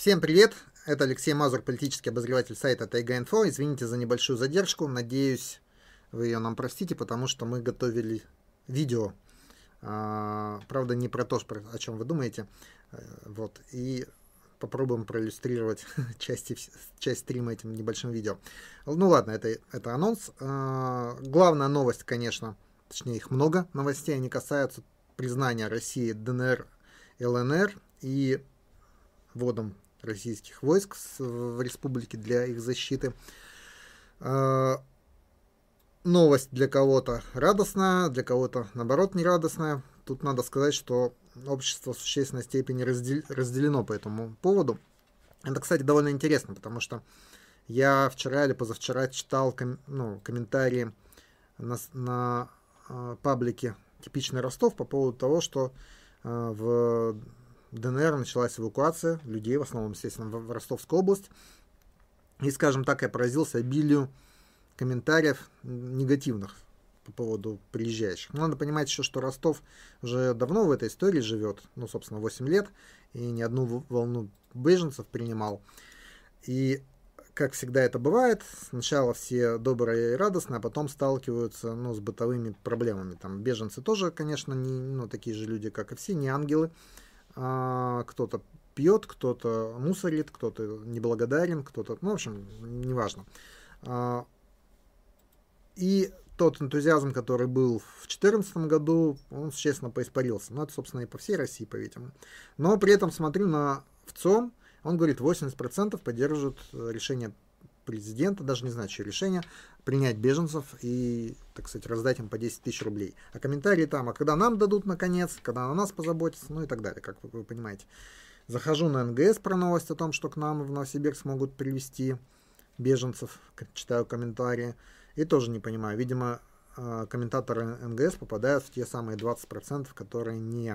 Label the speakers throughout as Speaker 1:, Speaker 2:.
Speaker 1: Всем привет! Это Алексей Мазур, политический обозреватель сайта Тайга.Инфо. Извините за небольшую задержку. Надеюсь, вы ее нам простите, потому что мы готовили видео. Правда, не про то, о чем вы думаете. Вот. И попробуем проиллюстрировать часть стрима этим небольшим видео. Ну ладно, это анонс. Главная новость, конечно, точнее их много новостей, они касаются признания России ДНР, ЛНР и вводом российских войск в республике для их защиты. Новость для кого-то радостная, для кого-то, наоборот, нерадостная. Тут надо сказать, что общество в существенной степени разделено по этому поводу. Это, кстати, довольно интересно, потому что я вчера или позавчера читал комментарии на паблике «Типичный Ростов» по поводу того, что в ДНР началась эвакуация людей, в основном, естественно, в Ростовскую область. И, скажем так, я поразился обилию комментариев негативных по поводу приезжающих. Но надо понимать еще, что Ростов уже давно в этой истории живет, собственно, 8 лет, и не одну волну беженцев принимал. И, как всегда это бывает, сначала все добрые и радостные, а потом сталкиваются с бытовыми проблемами. Там беженцы тоже, конечно, не такие же люди, как и все, не ангелы. Кто-то пьет, кто-то мусорит, кто-то неблагодарен, кто-то, в общем, неважно. И тот энтузиазм, который был в 2014 году, он существенно поиспарился. Это, собственно, и по всей России, по-видимому. Но при этом смотрю на ВЦИОМ, он говорит, 80% поддерживают решение президента, даже не знаю, что решение, принять беженцев и, так сказать, раздать им по 10 тысяч рублей. А комментарии там, а когда нам дадут наконец, когда на нас позаботятся, и так далее, как вы понимаете. Захожу на НГС про новость о том, что к нам в Новосибирск могут привезти беженцев, читаю комментарии, и тоже не понимаю. Видимо, комментаторы НГС попадают в те самые 20%, которые не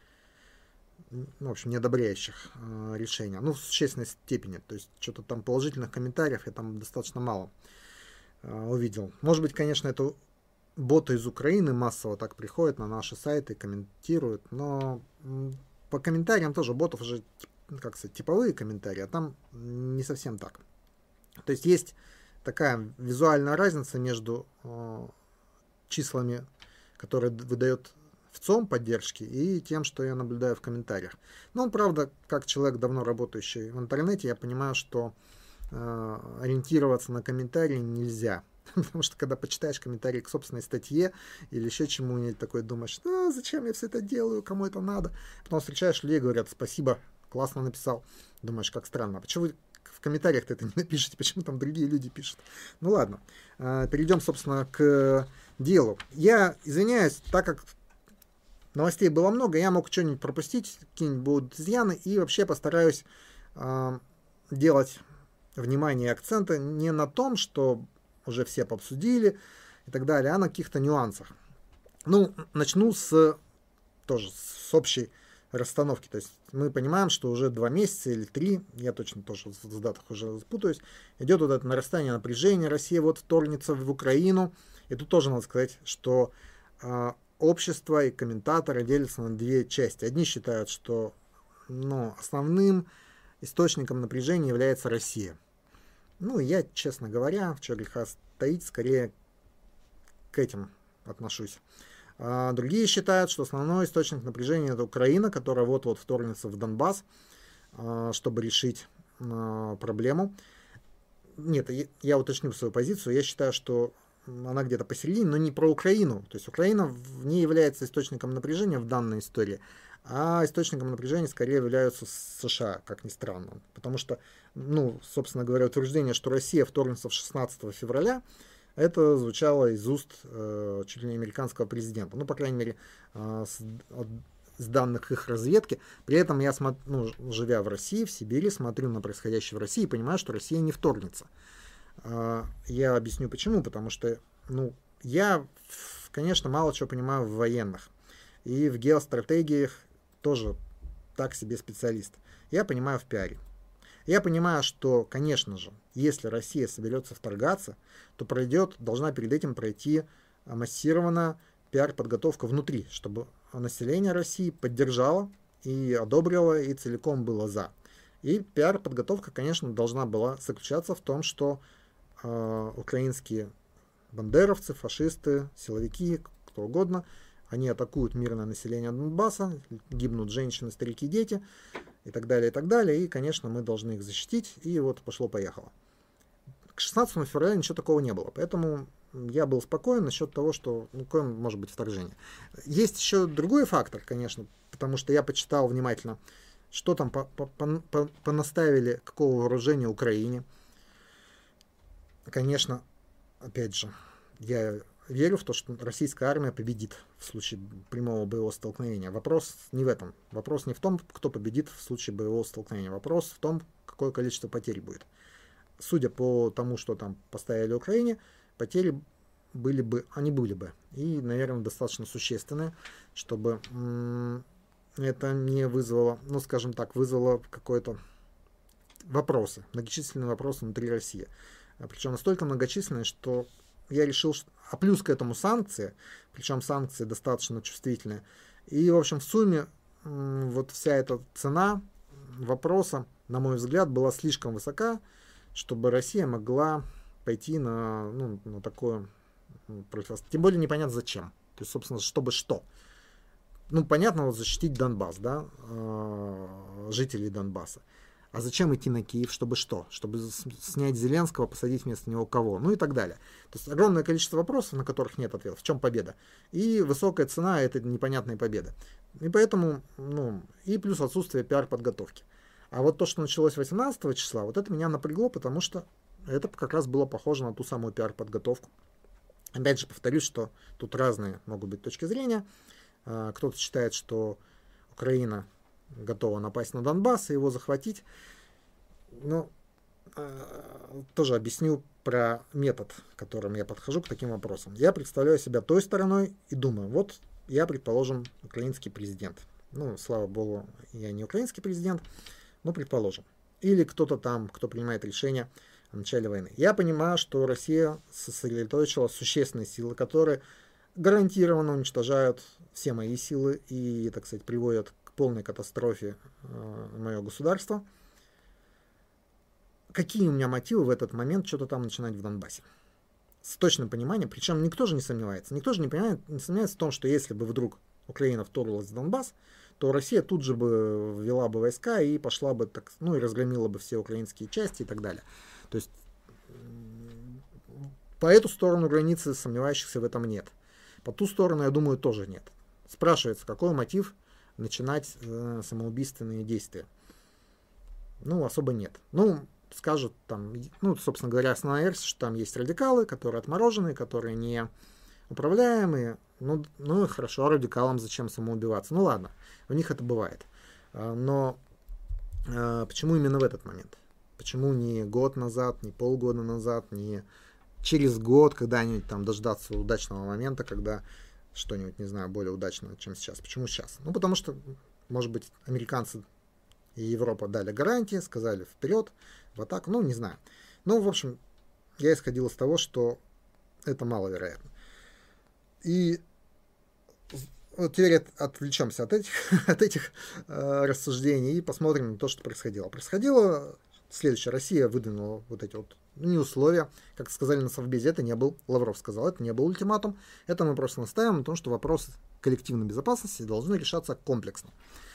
Speaker 1: одобряющих решения. В существенной степени. То есть, что-то там положительных комментариев я там достаточно мало увидел. Может быть, конечно, это боты из Украины массово так приходят на наши сайты, комментируют, но по комментариям тоже ботов уже, как сказать, типовые комментарии, а там не совсем так. То есть, есть такая визуальная разница между числами, которые выдает ВЦИОМ поддержки, и тем, что я наблюдаю в комментариях. Но, правда, как человек, давно работающий в интернете, я понимаю, что ориентироваться на комментарии нельзя. Потому что, когда почитаешь комментарии к собственной статье или еще чему-нибудь такое, думаешь, зачем я все это делаю, кому это надо. Потом встречаешь людей, говорят, спасибо, классно написал. Думаешь, как странно, а почему вы в комментариях-то это не напишите, почему там другие люди пишут? Ну ладно, перейдем, собственно, к делу. Я извиняюсь, так как новостей было много, я мог что-нибудь пропустить, какие-нибудь будут изъяны, и вообще постараюсь делать внимание и акценты не на том, что уже все пообсудили и так далее, а на каких-то нюансах. Начну с общей расстановки. То есть мы понимаем, что уже 2 месяца или 3, я точно тоже в датах уже запутаюсь, идет вот это нарастание напряжения, Россия вторгнется в Украину. И тут тоже надо сказать, что общество и комментаторы делятся на 2 части. Одни считают, что основным источником напряжения является Россия. Я, честно говоря, в чё греха таить, скорее к этим отношусь. А другие считают, что основной источник напряжения это Украина, которая вот-вот вторгнется в Донбасс, чтобы решить проблему. Нет, я уточню свою позицию. Я считаю, что она где-то посередине, но не про Украину. То есть Украина не является источником напряжения в данной истории, а источником напряжения скорее являются США, как ни странно. Потому что, собственно говоря, утверждение, что Россия вторгнется в 16 февраля, это звучало из уст чуть ли не американского президента. По крайней мере, с данных их разведки. При этом я, живя в России, в Сибири, смотрю на происходящее в России и понимаю, что Россия не вторгнется. Я объясню почему. Потому что я, конечно, мало чего понимаю в военных. И в геостратегиях тоже так себе специалист. Я понимаю в пиаре. Я понимаю, что, конечно же, если Россия соберется вторгаться, то должна перед этим пройти массированная пиар-подготовка внутри, чтобы население России поддержало и одобрило, и целиком было за. И пиар-подготовка, конечно, должна была заключаться в том, что украинские бандеровцы, фашисты, силовики, кто угодно, они атакуют мирное население Донбасса, гибнут женщины, старики, дети и так далее, и так далее. И, конечно, мы должны их защитить. И вот пошло-поехало. К 16 февраля ничего такого не было. Поэтому я был спокоен насчет того, что какое может быть вторжение. Есть еще другой фактор, конечно, потому что я почитал внимательно, что там понаставили, какого вооружения Украине. Конечно, опять же, я верю в то, что российская армия победит в случае прямого боевого столкновения. Вопрос не в этом. Вопрос не в том, кто победит в случае боевого столкновения. Вопрос в том, какое количество потерь будет. Судя по тому, что там поставили Украине, потери были бы. И, наверное, достаточно существенные, чтобы это не вызвало, скажем так, вызвало какое-то вопросы, многочисленные вопросы внутри России. Причем настолько многочисленные, что я решил, а плюс к этому санкции, причем санкции достаточно чувствительные. И, в общем, в сумме вот вся эта цена вопроса, на мой взгляд, была слишком высока, чтобы Россия могла пойти на такое производство. Тем более непонятно зачем. То есть, собственно, чтобы что. Понятно, вот защитить Донбасс, да, жителей Донбасса. А зачем идти на Киев, чтобы что? Чтобы снять Зеленского, посадить вместо него кого? И так далее. То есть огромное количество вопросов, на которых нет ответов. В чем победа? И высокая цена этой непонятной победы. И поэтому, и плюс отсутствие пиар-подготовки. А вот то, что началось 18 числа, вот это меня напрягло, потому что это как раз было похоже на ту самую пиар-подготовку. Опять же, повторюсь, что тут разные могут быть точки зрения. Кто-то считает, что Украина готова напасть на Донбасс и его захватить. Но тоже объясню про метод, которым я подхожу к таким вопросам. Я представляю себя той стороной и думаю, вот я, предположим, украинский президент. Слава богу, я не украинский президент, но предположим. Или кто-то там, кто принимает решение о начале войны. Я понимаю, что Россия сосредоточила существенные силы, которые гарантированно уничтожают все мои силы и, так сказать, приводят к полной катастрофе мое государство. Какие у меня мотивы в этот момент что-то там начинать в Донбассе? С точным пониманием, причем никто же не сомневается. Никто же не сомневается в том, что если бы вдруг Украина вторглась в Донбасс, то Россия тут же бы ввела бы войска и пошла бы, и разгромила бы все украинские части и так далее. То есть по эту сторону границы сомневающихся в этом нет. По ту сторону, я думаю, тоже нет. Спрашивается, какой мотив начинать самоубийственные действия? Особо нет. Скажут там, собственно говоря, основная версия, что там есть радикалы, которые отмороженные, которые не управляемые. Хорошо, а радикалам зачем самоубиваться? Ладно, у них это бывает. Но почему именно в этот момент? Почему не год назад, не полгода назад, не через год когда-нибудь там дождаться удачного момента, когда что-нибудь, не знаю, более удачного, чем сейчас? Почему сейчас? Потому что, может быть, американцы и Европа дали гарантии, сказали вперед, в атаку, не знаю. В общем, я исходил из того, что это маловероятно. И вот теперь отвлечемся от этих рассуждений и посмотрим на то, что происходило. Происходило следующее. Россия выдвинула вот эти вот не условия. Как сказали на Совбезе, это не был, Лавров сказал, это не был ультиматум. Это мы просто настаиваем на том, что вопросы коллективной безопасности должны решаться комплексно.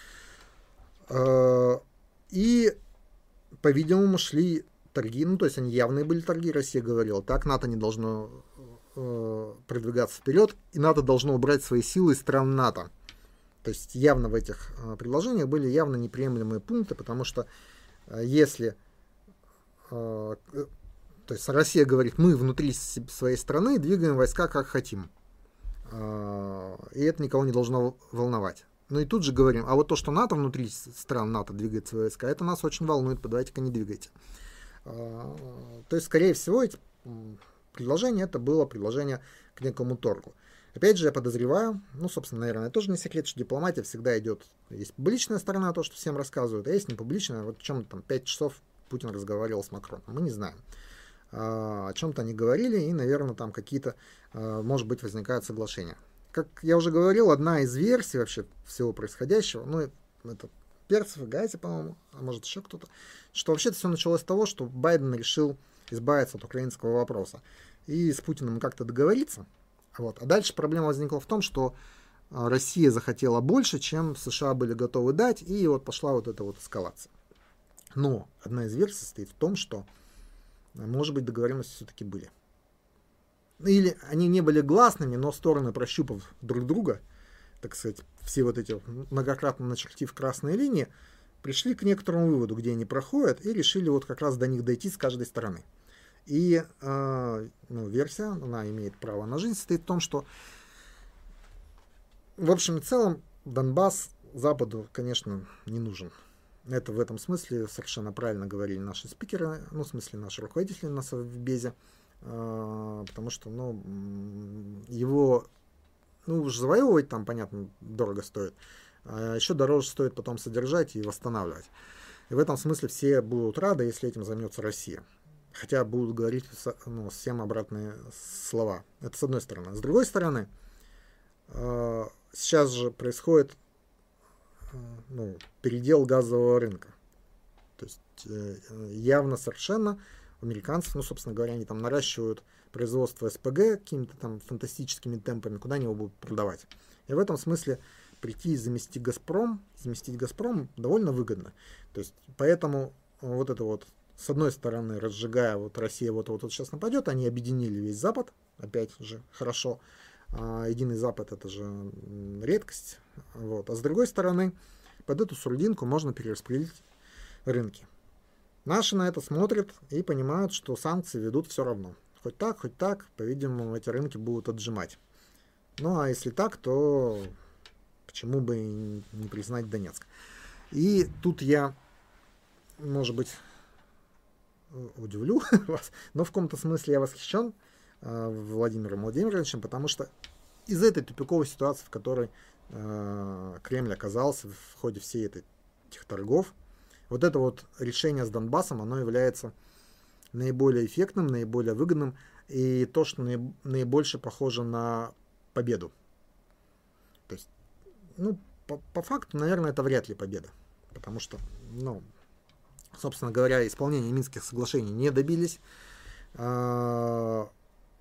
Speaker 1: И, по-видимому, шли торги, то есть они явные были торги, Россия говорила, так, НАТО не должно продвигаться вперед, и НАТО должно убрать свои силы из стран НАТО. То есть явно в этих предложениях были явно неприемлемые пункты, потому что если то есть Россия говорит, мы внутри своей страны двигаем войска как хотим, и это никого не должно волновать. И тут же говорим, а вот то, что НАТО внутри стран НАТО двигает свои войска, это нас очень волнует, давайте-ка не двигайте. То есть, скорее всего, эти предложения, это было предложение к некому торгу. Опять же, я подозреваю, собственно, наверное, тоже не секрет, что дипломатия всегда идет, есть публичная сторона, то, что всем рассказывают, а есть непубличная, вот о чем-то там 5 часов Путин разговаривал с Макроном, мы не знаем. О чем-то они говорили, и, наверное, там какие-то, может быть, возникают соглашения. Как я уже говорил, одна из версий вообще всего происходящего, это Перцев и Гайзи, по-моему, а может еще кто-то, что вообще-то все началось с того, что Байден решил избавиться от украинского вопроса и с Путиным как-то договориться. Вот. А дальше проблема возникла в том, что Россия захотела больше, чем США были готовы дать, и вот пошла вот эта вот эскалация. Но одна из версий состоит в том, что, может быть, договоренности все-таки были. Или они не были гласными, но стороны, прощупав друг друга, так сказать, все вот эти многократно начертив красные линии, пришли к некоторому выводу, где они проходят, и решили вот как раз до них дойти с каждой стороны. И версия, она имеет право на жизнь, состоит в том, что в общем и целом Донбасс Западу, конечно, не нужен. Это в этом смысле совершенно правильно говорили наши спикеры, ну, в смысле наши руководители на Совбезе, потому что, его, уж завоевывать там, понятно, дорого стоит, а еще дороже стоит потом содержать и восстанавливать. И в этом смысле все будут рады, если этим займется Россия. Хотя будут говорить всем обратные слова. Это с одной стороны. С другой стороны, сейчас же происходит передел газового рынка. То есть явно совершенно у американцев, собственно говоря, они там наращивают производство СПГ какими-то там фантастическими темпами, куда они его будут продавать. И в этом смысле прийти и заместить Газпром довольно выгодно. То есть поэтому вот это вот, с одной стороны, разжигая, вот Россия вот сейчас нападет, они объединили весь Запад, опять же, хорошо. Единый Запад — это же редкость. Вот. А с другой стороны, под эту сурдинку можно перераспределить рынки. Наши на это смотрят и понимают, что санкции ведут все равно. Хоть так, по-видимому, эти рынки будут отжимать. Ну, а если так, то почему бы и не признать Донецк? И тут я, может быть, удивлю вас, но в каком-то смысле я восхищен Владимиром Владимировичем, потому что из этой тупиковой ситуации, в которой Кремль оказался в ходе всей этих торгов, вот это вот решение с Донбассом, оно является наиболее эффектным, наиболее выгодным и то, что наибольше похоже на победу. То есть, по факту, наверное, это вряд ли победа, потому что, собственно говоря, исполнения Минских соглашений не добились. В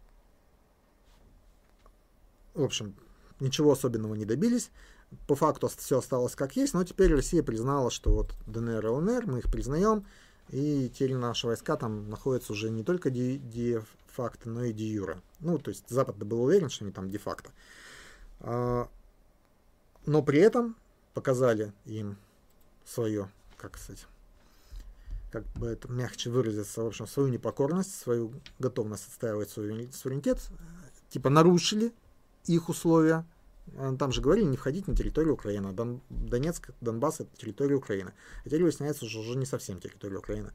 Speaker 1: общем, ничего особенного не добились. По факту все осталось как есть, но теперь Россия признала, что вот ДНР и ЛНР, мы их признаем, и теперь наши войска там находятся уже не только де-факто, но и де-юре. То есть Запад был уверен, что они там де-факто. Но при этом показали им свое, как бы это мягче выразиться, в общем, свою непокорность, свою готовность отстаивать свой суверенитет, типа нарушили их условия. Там же говорили не входить на территорию Украины. Донецк, Донбасс — это территория Украины. А теперь выясняется, что уже не совсем территория Украины.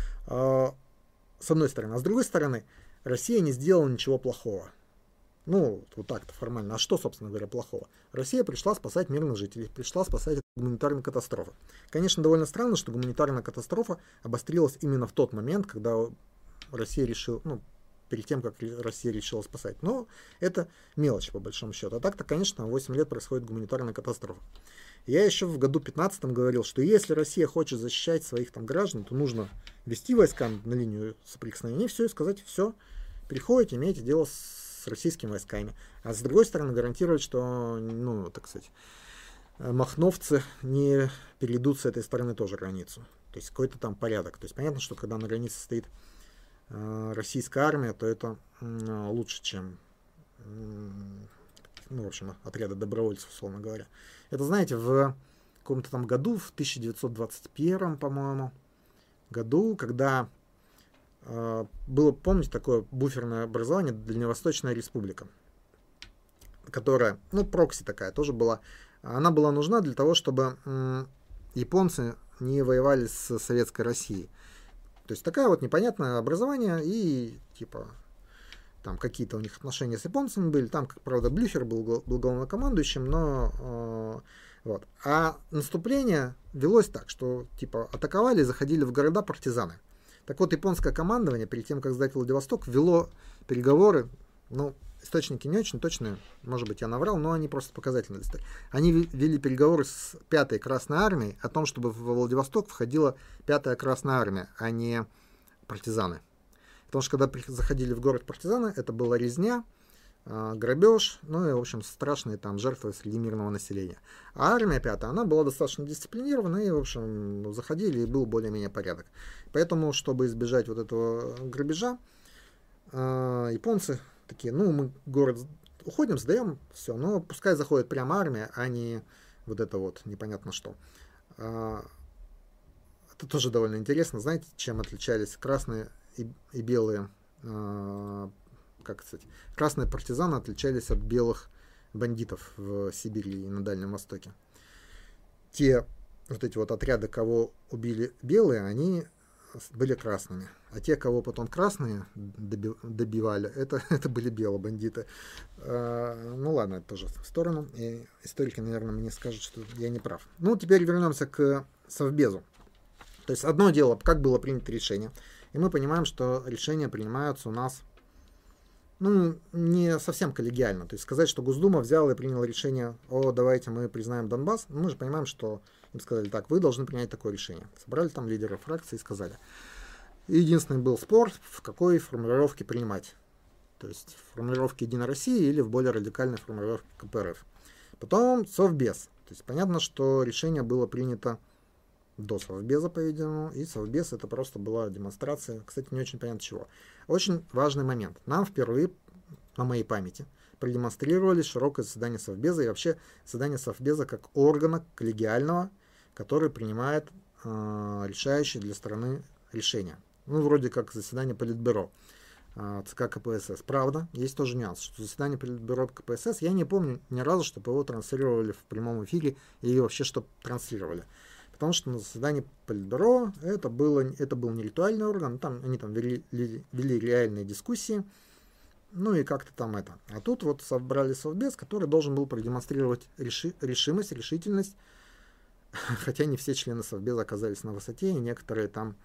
Speaker 1: С одной стороны. А с другой стороны, Россия не сделала ничего плохого. Вот так-то формально. А что, собственно говоря, плохого? Россия пришла спасать мирных жителей, пришла спасать от гуманитарной катастрофы. Конечно, довольно странно, что гуманитарная катастрофа обострилась именно в тот момент, когда Россия решила, перед тем, как Россия решила спасать. Но это мелочь, по большому счету. А так-то, конечно, 8 лет происходит гуманитарная катастрофа. Я еще в году 15 говорил, что если Россия хочет защищать своих там граждан, то нужно вести войска на линию соприкосновения, все, и сказать, все, приходите, имеете дело с российскими войсками. А с другой стороны, гарантировать, что, так сказать, махновцы не перейдут с этой стороны тоже границу. То есть какой-то там порядок. То есть понятно, что когда на границе стоит российская армия, то это лучше, чем в общем, отряды добровольцев, условно говоря. Это, знаете, в каком-то там году, в 1921, по-моему, году, когда было, помните, такое буферное образование Дальневосточная республика, которая, прокси такая тоже была. Она была нужна для того, чтобы японцы не воевали с Советской Россией. То есть такая вот непонятное образование, и типа там какие-то у них отношения с японцами были. Там, правда, Блюхер был главнокомандующим, но вот. А наступление велось так, что типа атаковали, заходили в города партизаны. Так вот, японское командование перед тем, как сдать Владивосток, вело переговоры, источники не очень точные, может быть, я наврал, но они просто показательные. Они вели переговоры с 5-й Красной Армией о том, чтобы во Владивосток входила 5-я Красная Армия, а не партизаны. Потому что когда заходили в город партизаны, это была резня, грабеж, ну и, в общем, страшные там жертвы среди мирного населения. А армия 5-я, она была достаточно дисциплинирована, и, в общем, заходили, и был более-менее порядок. Поэтому, чтобы избежать вот этого грабежа, японцы такие, ну, мы город уходим, сдаем, все, но пускай заходит прямо армия, а не вот это вот непонятно что. Это тоже довольно интересно. Знаете, чем отличались красные и белые, как сказать, красные партизаны отличались от белых бандитов в Сибири и на Дальнем Востоке. Те вот эти вот отряды, кого убили белые, они были красными. А те, кого потом красные добивали, это были белые бандиты. Ну ладно, это тоже в сторону. И историки, наверное, мне скажут, что я не прав. Ну, теперь вернемся к Совбезу. То есть одно дело, как было принято решение. И мы понимаем, что решения принимаются у нас, ну, не совсем коллегиально. То есть сказать, что Госдума взяла и приняла решение, давайте мы признаем Донбасс, мы же понимаем, что им сказали, так, вы должны принять такое решение. Собрали там лидеров фракции и сказали. И единственный был спор, в какой формулировке принимать. То есть в формулировке Единой России или в более радикальной формулировке КПРФ. Потом Совбез. То есть понятно, что решение было принято до Совбеза, по-видимому, и Совбез это просто была демонстрация, кстати, не очень понятно чего. Очень важный момент. Нам впервые, на моей памяти, продемонстрировали широкое заседание Совбеза и вообще заседание Совбеза как органа коллегиального, который принимает решающие для страны решения. Ну, вроде как заседание Политбюро ЦК КПСС. Правда, есть тоже нюанс, что заседание Политбюро КПСС, я не помню ни разу, чтобы его транслировали в прямом эфире или вообще чтобы транслировали. Потому что на заседании Политбюро это был не ритуальный орган, они там вели реальные дискуссии, ну и как-то там это. А тут вот собрали Совбез, который должен был продемонстрировать решимость, решительность, хотя не все члены Совбеза оказались на высоте, и некоторые там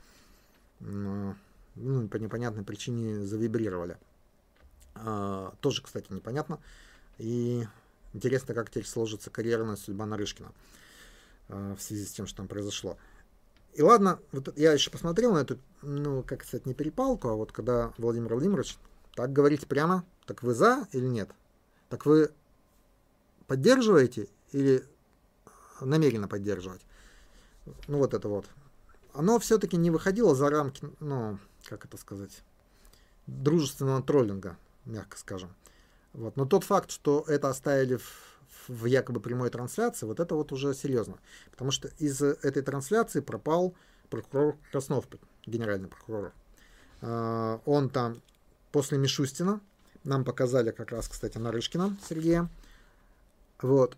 Speaker 1: по непонятной причине завибрировали. Тоже, кстати, непонятно. И интересно, как теперь сложится карьерная судьба Нарышкина в связи с тем, что там произошло. И ладно, вот я еще посмотрел на эту, как сказать, не перепалку, а вот когда Владимир Владимирович так говорите прямо, так вы за или нет? Так вы поддерживаете или намеренно поддерживать? Ну вот это вот. Оно все-таки не выходило за рамки, как это сказать, дружественного троллинга, мягко скажем. Вот. Но тот факт, что это оставили в якобы прямой трансляции, вот это вот уже серьезно. Потому что из этой трансляции пропал прокурор Краснов, генеральный прокурор. Он там после Мишустина, нам показали как раз, кстати, Нарышкина Сергея. Вот.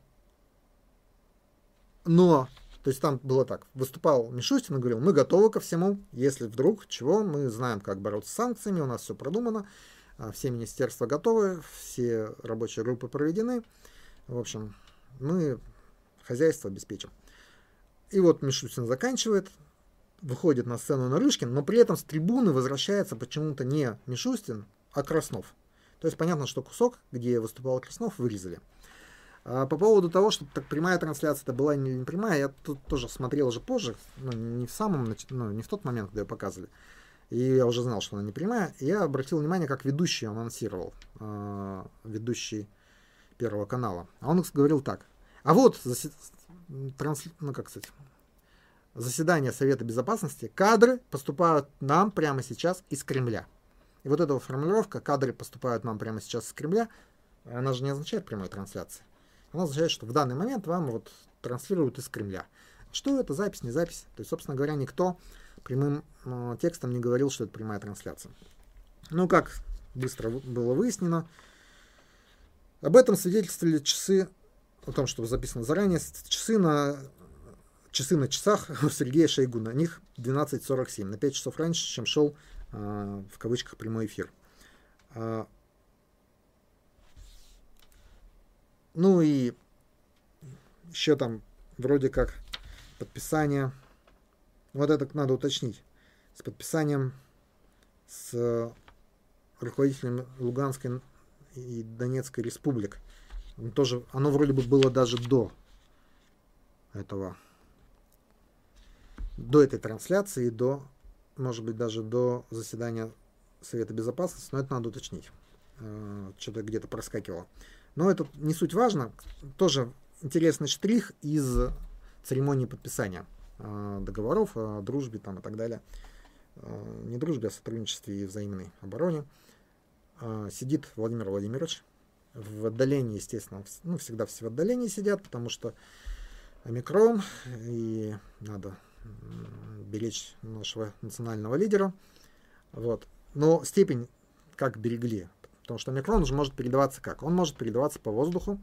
Speaker 1: Но, то есть там было так, выступал Мишустин и говорил, мы готовы ко всему, если вдруг чего, мы знаем, как бороться с санкциями, у нас все продумано, все министерства готовы, все рабочие группы проведены. В общем, мы хозяйство обеспечим. И вот Мишустин заканчивает, выходит на сцену Нарышкин, но при этом с трибуны возвращается почему-то не Мишустин, а Краснов. То есть понятно, что кусок, где выступал Краснов, вырезали. По поводу того, что так прямая трансляция это была не прямая, я тут тоже смотрел уже позже, не в тот момент, когда ее показывали. И я уже знал, что она не прямая. И я обратил внимание, как ведущий анонсировал, ведущий Первого канала. А он говорил так. А вот заседание Совета Безопасности, кадры поступают нам прямо сейчас из Кремля. И вот эта формулировка, кадры поступают нам прямо сейчас из Кремля, она же не означает прямой трансляции. Она означает, что в данный момент вам вот транслируют из Кремля. Что это, запись, не запись? То есть, собственно говоря, никто прямым текстом не говорил, что это прямая трансляция. Ну, как быстро было выяснено, об этом свидетельствовали часы, о том, что записано заранее, часы на часах у Сергея Шойгу. На них 12:47, на 5 часов раньше, чем шел, в кавычках, прямой эфир. Ну и еще там вроде как подписание, вот это надо уточнить, с подписанием с руководителем Луганской и Донецкой республик. Тоже, оно вроде бы было даже до этой трансляции, может быть, даже до заседания Совета Безопасности, но это надо уточнить. Что-то где-то проскакивало. Но это не суть важно. Тоже интересный штрих из церемонии подписания договоров о дружбе там, и так далее. Не дружбе, а сотрудничестве и взаимной обороне. Сидит Владимир Владимирович в отдалении, естественно, всегда все в отдалении сидят, потому что омикрон, и надо беречь нашего национального лидера. Вот. Но степень как берегли, потому что омикрон уже может передаваться как? Он может передаваться по воздуху,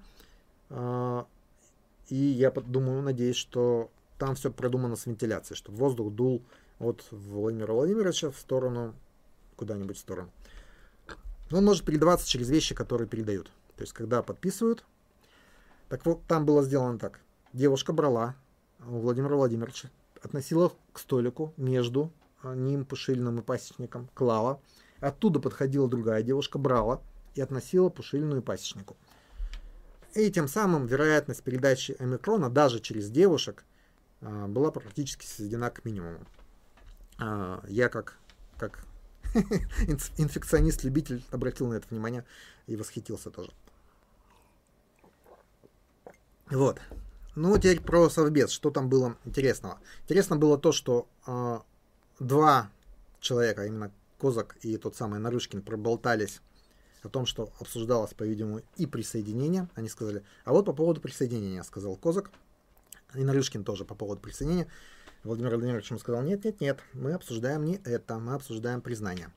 Speaker 1: и я думаю, надеюсь, что там все продумано с вентиляцией, чтобы воздух дул от Владимира Владимировича в сторону, куда-нибудь в сторону. Но он может передаваться через вещи, которые передают. То есть, когда подписывают, так вот, там было сделано так. Девушка брала у Владимира Владимировича, относила к столику между ним, Пушилиным и Пасечником, клала. Оттуда подходила другая девушка, брала и относила Пушилину и Пасечнику. И тем самым вероятность передачи омикрона даже через девушек была практически сведена к минимуму. Я как инфекционист-любитель обратил на это внимание и восхитился тоже. Вот. Ну, теперь про Совбез. Что там было интересного? Интересно было то, что два человека, именно Козак и тот самый Нарышкин, проболтались о том, что обсуждалось, по-видимому, и присоединение. Они сказали, а вот по поводу присоединения, сказал Козак. И Нарышкин тоже по поводу присоединения. Владимир Владимирович ему сказал, нет, мы обсуждаем не это, мы обсуждаем признание.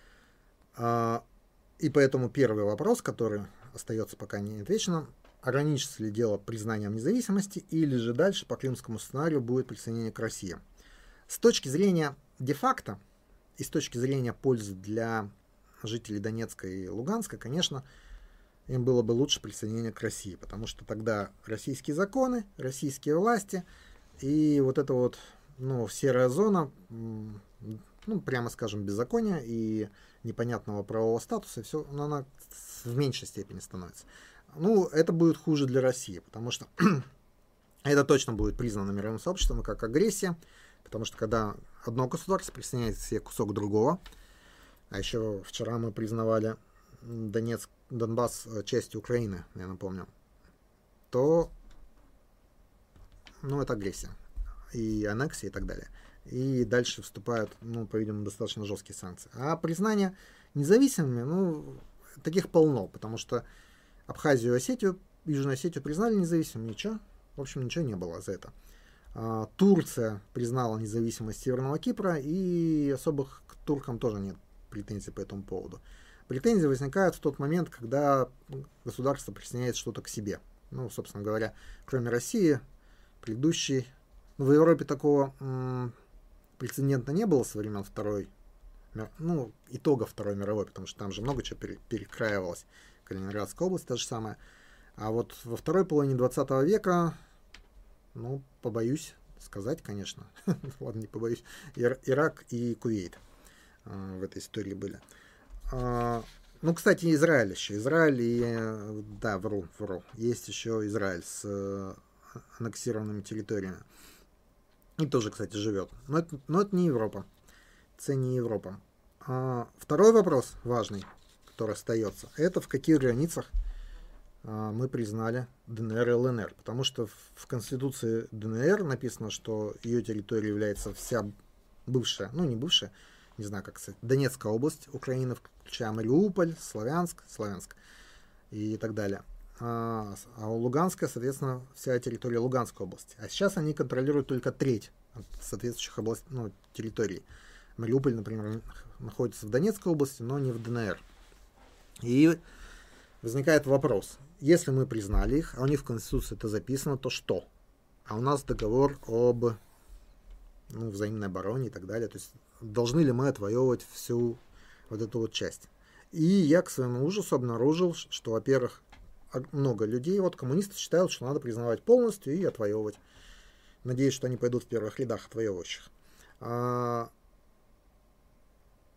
Speaker 1: И поэтому первый вопрос, который остается пока не отвеченным, ограничится ли дело признанием независимости, или же дальше по крымскому сценарию будет присоединение к России. С точки зрения де-факто и с точки зрения пользы для жителей Донецка и Луганска, конечно, им было бы лучше присоединение к России, потому что тогда российские законы, российские власти и вот эта вот, серая зона, прямо скажем, беззакония и непонятного правового статуса, все, она в меньшей степени становится. Это будет хуже для России, потому что это точно будет признано мировым сообществом как агрессия, потому что когда одно государство присоединяет к себе кусок другого, а еще вчера мы признавали Донбасс частью Украины, я напомню, то, это агрессия и аннексия и так далее. И дальше вступают, по-видимому, достаточно жесткие санкции. А признание независимыми, таких полно, потому что Абхазию и Осетию, Южную Осетию признали независимыми, ничего, в общем, ничего не было за это. Турция признала независимость Северного Кипра, и особых к туркам тоже нет претензий по этому поводу. Претензии возникают в тот момент, когда государство присоединяет что-то к себе. Собственно говоря, кроме России, предыдущий, в Европе такого прецедента не было со времен итога Второй мировой, потому что там же много чего перекраивалось. Калининградская область та же самая. А вот во второй половине 20 века, побоюсь сказать, конечно, ладно, не побоюсь, Ирак и Кувейт в этой истории были. Кстати, Израиль еще. Вру. Есть еще Израиль с аннексированными территориями. И тоже, кстати, живет. Но это не Европа. Это не Европа. Второй вопрос важный, который остается, это в каких границах мы признали ДНР и ЛНР. Потому что в Конституции ДНР написано, что ее территория является вся бывшая, не бывшая, не знаю, как сказать, Донецкая область Украины, включая Мариуполь, Славянск и так далее. А у Луганска, соответственно, вся территория Луганской области. А сейчас они контролируют только треть от соответствующих территорий. Мариуполь, например, находится в Донецкой области, но не в ДНР. И возникает вопрос, если мы признали их, а у них в Конституции это записано, то что? А у нас договор об взаимной обороне и так далее. То есть должны ли мы отвоевывать всю вот эту вот часть? И я к своему ужасу обнаружил, что, во-первых, много людей, коммунисты считают, что надо признавать полностью и отвоевывать. Надеюсь, что они пойдут в первых рядах отвоевывающих. К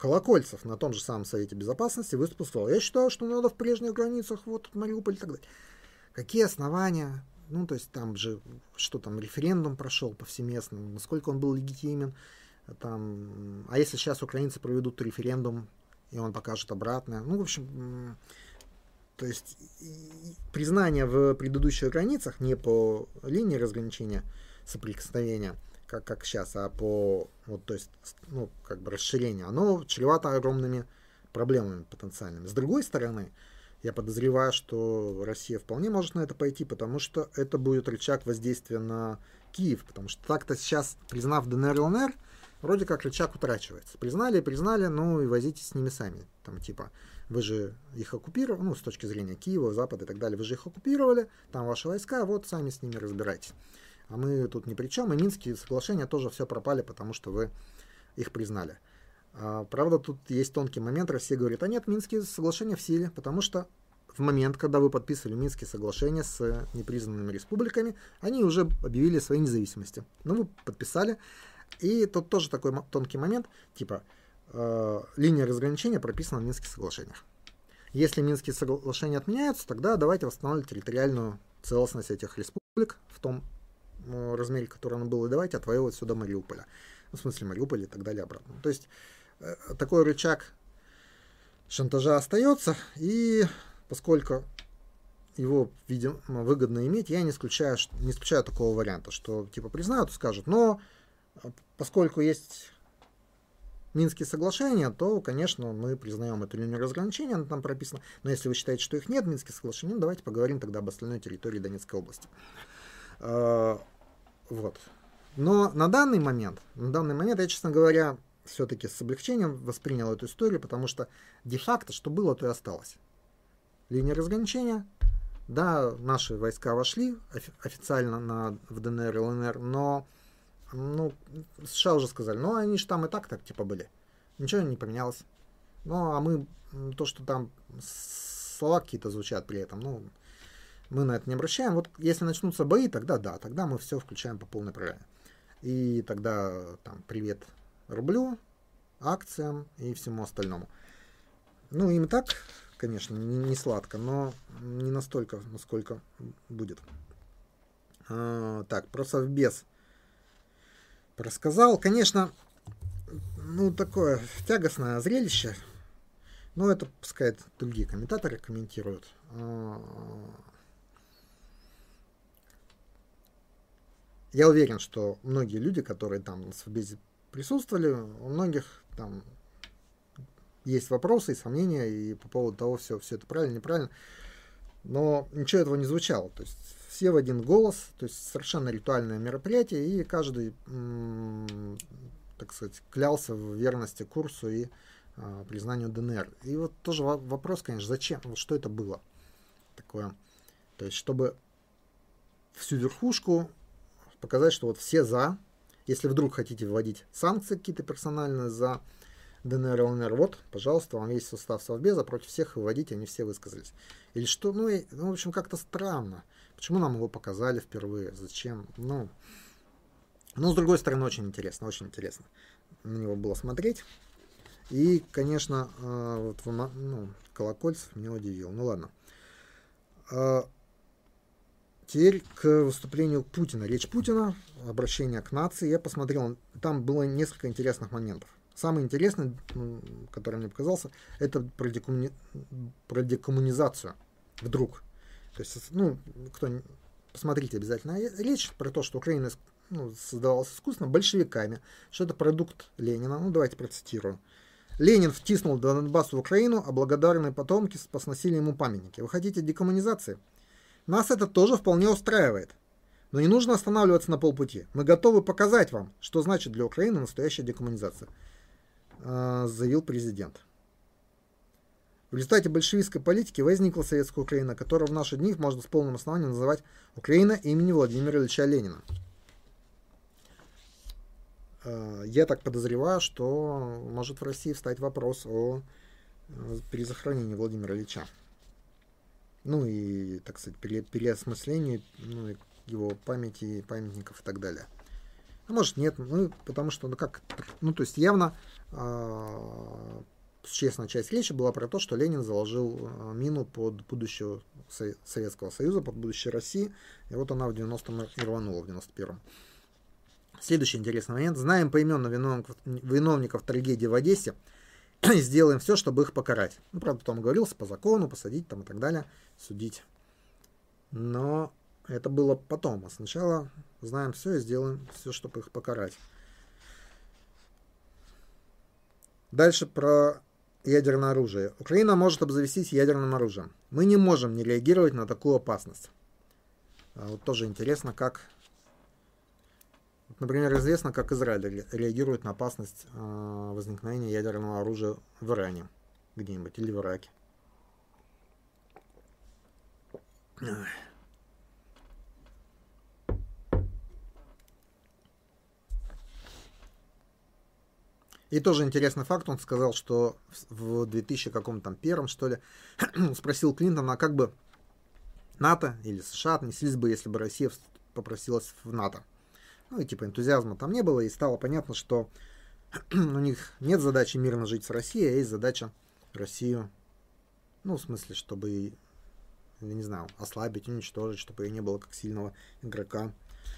Speaker 1: Колокольцев на том же самом Совете Безопасности выступил, сказал: я считаю, что надо в прежних границах, вот Мариуполь и так далее. Какие основания? Ну, то есть там же, что там, референдум прошел повсеместно, насколько он был легитимен. Там, а если сейчас украинцы проведут референдум, и он покажет обратное? Ну, в общем, то есть признание в предыдущих границах не по линии разграничения соприкосновения, как сейчас, а по, вот, то есть, ну, как бы расширение, оно чревато огромными проблемами потенциальными. С другой стороны, я подозреваю, что Россия вполне может на это пойти, потому что это будет рычаг воздействия на Киев, потому что так-то сейчас, признав ДНР и ЛНР, вроде как рычаг утрачивается. Признали, ну и возитесь с ними сами. Там типа, вы же их оккупировали, ну, с точки зрения Киева, Запада и так далее, вы же их оккупировали, там ваши войска, вот сами с ними разбирайтесь. А мы тут ни при чем, и Минские соглашения тоже все пропали, потому что вы их признали. Правда, тут есть тонкий момент. Россия говорит: а нет, Минские соглашения в силе, потому что в момент, когда вы подписывали Минские соглашения с непризнанными республиками, они уже объявили свои независимости. Ну, вы подписали. И тут тоже такой тонкий момент, типа, линия разграничения прописана в Минских соглашениях. Если Минские соглашения отменяются, тогда давайте восстанавливать территориальную целостность этих республик в том размере, который он был, и давайте отвоевывать сюда Мариуполя. В смысле Мариуполя и так далее обратно. То есть такой рычаг шантажа остается, и поскольку его, видимо, выгодно иметь, я не исключаю такого варианта, что типа признают и скажут: но поскольку есть Минские соглашения, то, конечно, мы признаем эту линию разграничения, она там прописана. Но если вы считаете, что их нет, Минских соглашений, ну, давайте поговорим тогда об остальной территории Донецкой области. Вот. Но на данный момент, я, честно говоря, все-таки с облегчением воспринял эту историю, потому что де-факто, что было, то и осталось. Линия разграничения, да, наши войска вошли официально в ДНР и ЛНР, но ну, США уже сказали: ну, они же там и так типа были. Ничего не поменялось. Ну, а мы, то, что там слова какие-то звучат при этом, ну, мы на это не обращаем. Вот если начнутся бои, тогда да, тогда мы все включаем по полной программе. И тогда там привет рублю, акциям и всему остальному. Ну, им так, конечно, не сладко, но не настолько, насколько будет. Так, про Совбез рассказал. Конечно, ну, такое тягостное зрелище. Но это, пускай, другие комментаторы комментируют. Я уверен, что многие люди, которые там на Совбезе присутствовали, у многих там есть вопросы и сомнения и по поводу того, все это правильно, неправильно. Но ничего этого не звучало. То есть все в один голос, то есть совершенно ритуальное мероприятие, и каждый, так сказать, клялся в верности курсу и признанию ДНР. И вот тоже вопрос, конечно, зачем, что это было такое. То есть чтобы всю верхушку показать, что вот все за, если вдруг хотите вводить санкции какие-то персональные за ДНР и ЛНР, вот, пожалуйста, вам есть состав Совбеза, против всех выводить, они все высказались. Или что, ну, в общем, как-то странно. Почему нам его показали впервые? Зачем? Ну, с другой стороны, очень интересно на него было смотреть. И, конечно, вот, Колокольцев меня удивил. Ну, ладно. Теперь к выступлению Путина. Речь Путина, обращение к нации. Я посмотрел, там было несколько интересных моментов. Самый интересный, который мне показался, это про декоммунизацию. Вдруг. То есть, ну, посмотрите обязательно речь про то, что Украина создавалась искусственно большевиками, что это продукт Ленина. Ну, давайте процитирую. Ленин втиснул Донбасс в Украину, а благодарные потомки сносили ему памятники. Вы хотите декоммунизации? Нас это тоже вполне устраивает. Но не нужно останавливаться на полпути. Мы готовы показать вам, что значит для Украины настоящая декоммунизация, заявил президент. В результате большевистской политики возникла советская Украина, которую в наши дни можно с полным основанием называть Украина имени Владимира Ильича Ленина. Я так подозреваю, что может в России встать вопрос о перезахоронении Владимира Ильича. Ну и, так сказать, переосмыслении его памяти, памятников и так далее. А может нет, ну, потому что, ну как, ну то есть явно честная часть речи была про то, что Ленин заложил мину под будущего Советского Союза, под будущее России, и вот она в 90-м и рванула, в 91-м. Следующий интересный момент. Знаем поименно виновников трагедии в Одессе и сделаем все, чтобы их покарать. Ну, правда, там говорилось по закону, посадить там и так далее, судить. Но это было потом. А сначала знаем все и сделаем все, чтобы их покарать. Дальше про ядерное оружие. Украина может обзавестись ядерным оружием. Мы не можем не реагировать на такую опасность. Вот тоже интересно, как... Например, известно, как Израиль реагирует на опасность возникновения ядерного оружия в Иране где-нибудь или в Ираке. И тоже интересный факт, он сказал, что в 2000 каком-то там первом, что ли, спросил Клинтона, а как бы НАТО или США отнеслись бы, если бы Россия попросилась в НАТО. Ну и типа энтузиазма там не было, и стало понятно, что у них нет задачи мирно жить с Россией, а есть задача Россию, ну в смысле, чтобы, я не знаю, ослабить, уничтожить, чтобы ее не было как сильного игрока.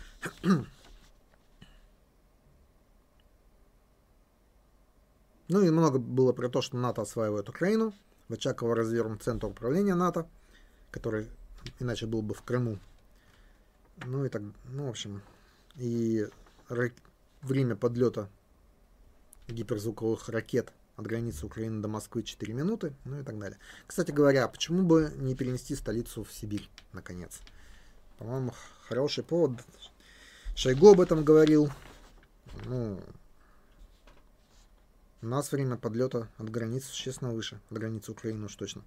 Speaker 1: Ну и много было про то, что НАТО осваивает Украину. В Очаково развернут центр управления НАТО, который иначе был бы в Крыму. Ну и так, ну в общем, и время подлета гиперзвуковых ракет от границы Украины до Москвы 4 минуты, ну и так далее. Кстати говоря, почему бы не перенести столицу в Сибирь, наконец? По-моему, хороший повод. Шойгу об этом говорил. Ну, у нас время подлета от границы существенно выше, от границы Украины уж точно.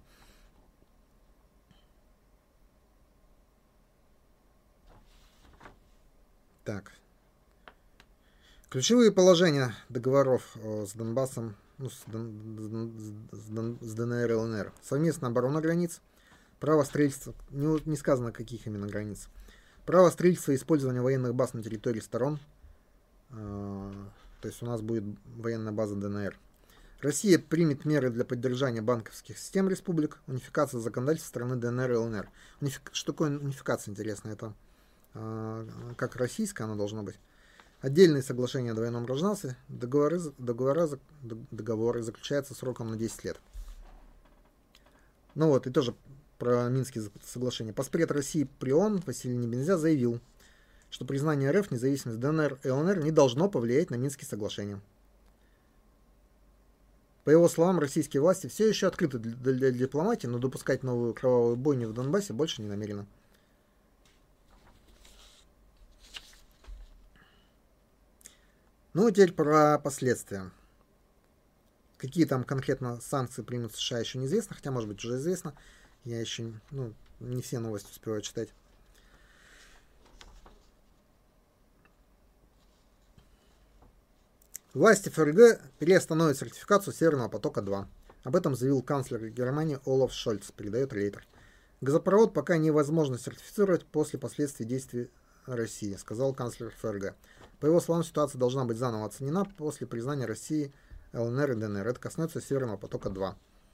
Speaker 1: Так. Ключевые положения договоров с Донбассом, ну, с ДНР и ЛНР. Совместная оборона границ, право строительства, не сказано каких именно границ, право строительства и использования военных баз на территории сторон, то есть у нас будет военная база ДНР. Россия примет меры для поддержания банковских систем республик, унификация законодательства страны ДНР и ЛНР. Что такое унификация, интересно, это как российское оно должно быть. Отдельные соглашения о двойном гражданстве, договоры заключаются сроком на 10 лет. Ну вот, и тоже про Минские соглашения. Постпред России при ООН Василий Небензя заявил, что признание РФ независимости ДНР и ЛНР не должно повлиять на Минские соглашения. По его словам, российские власти все еще открыты для дипломатии, но допускать новую кровавую бойню в Донбассе больше не намерены. Ну, а теперь про последствия. Какие там конкретно санкции примут США, еще неизвестно, хотя, может быть, уже известно. Я еще не все новости успеваю читать. Власти ФРГ приостановят сертификацию Северного потока-2. Об этом заявил канцлер Германии Олаф Шольц, передает Рейтер. Газопровод пока невозможно сертифицировать после последствий действий России, сказал канцлер ФРГ. По его словам, ситуация должна быть заново оценена после признания России ЛНР и ДНР. Это коснется Северного потока-2.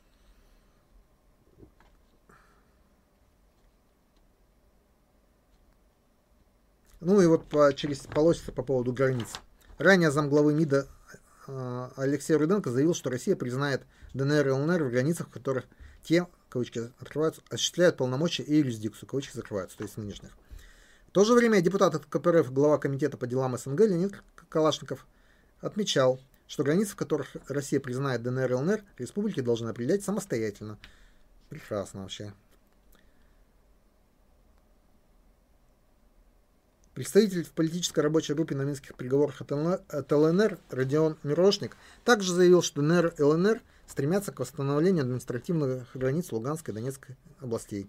Speaker 1: Ну и вот полосится по поводу границ. Ранее замглавы МИДа Алексей Руденко заявил, что Россия признает ДНР и ЛНР в границах, в которых те, кавычки открываются, осуществляют полномочия и юрисдикцию, кавычки закрываются, то есть нынешних. В то же время депутат от КПРФ, глава комитета по делам СНГ Леонид Калашников отмечал, что границы, в которых Россия признает ДНР и ЛНР, республики должны определять самостоятельно. Прекрасно вообще. Представитель в политической рабочей группе на минских переговорах от ЛНР Родион Мирошник также заявил, что ДНР и ЛНР стремятся к восстановлению административных границ Луганской и Донецкой областей.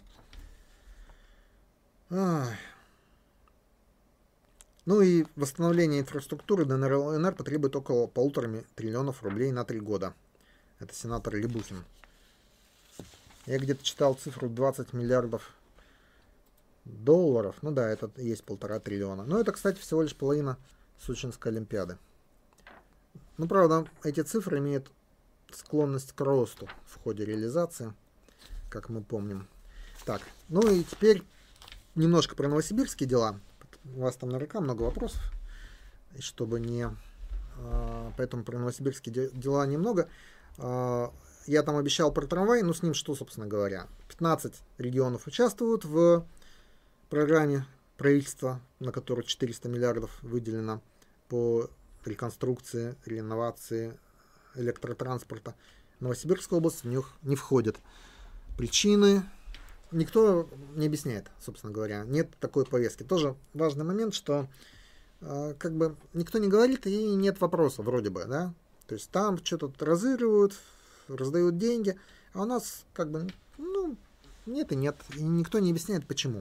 Speaker 1: Ну и восстановление инфраструктуры ДНР и ЛНР потребует около 1,5 триллионов рублей на 3 года. Это сенатор Лебухин. Я где-то читал цифру 20 миллиардов долларов. Ну да, это есть 1,5 триллиона. Но это, кстати, всего лишь половина Сочинской Олимпиады. Ну, правда, эти цифры имеют склонность к росту в ходе реализации, как мы помним. Так, ну и теперь немножко про новосибирские дела. У вас там наверняка много вопросов, и чтобы не... Поэтому про новосибирские дела немного. Я там обещал про трамвай, ну с ним что, собственно говоря. 15 регионов участвуют в программе правительства, на которую 400 миллиардов выделено по реконструкции, реновации электротранспорта. Новосибирская область в них не входит. Причины никто не объясняет, собственно говоря. Нет такой повестки. Тоже важный момент, что как бы никто не говорит и нет вопроса вроде бы, да. То есть там что-то разыгрывают, раздают деньги, а у нас как бы, ну, нет и нет. И никто не объясняет, почему.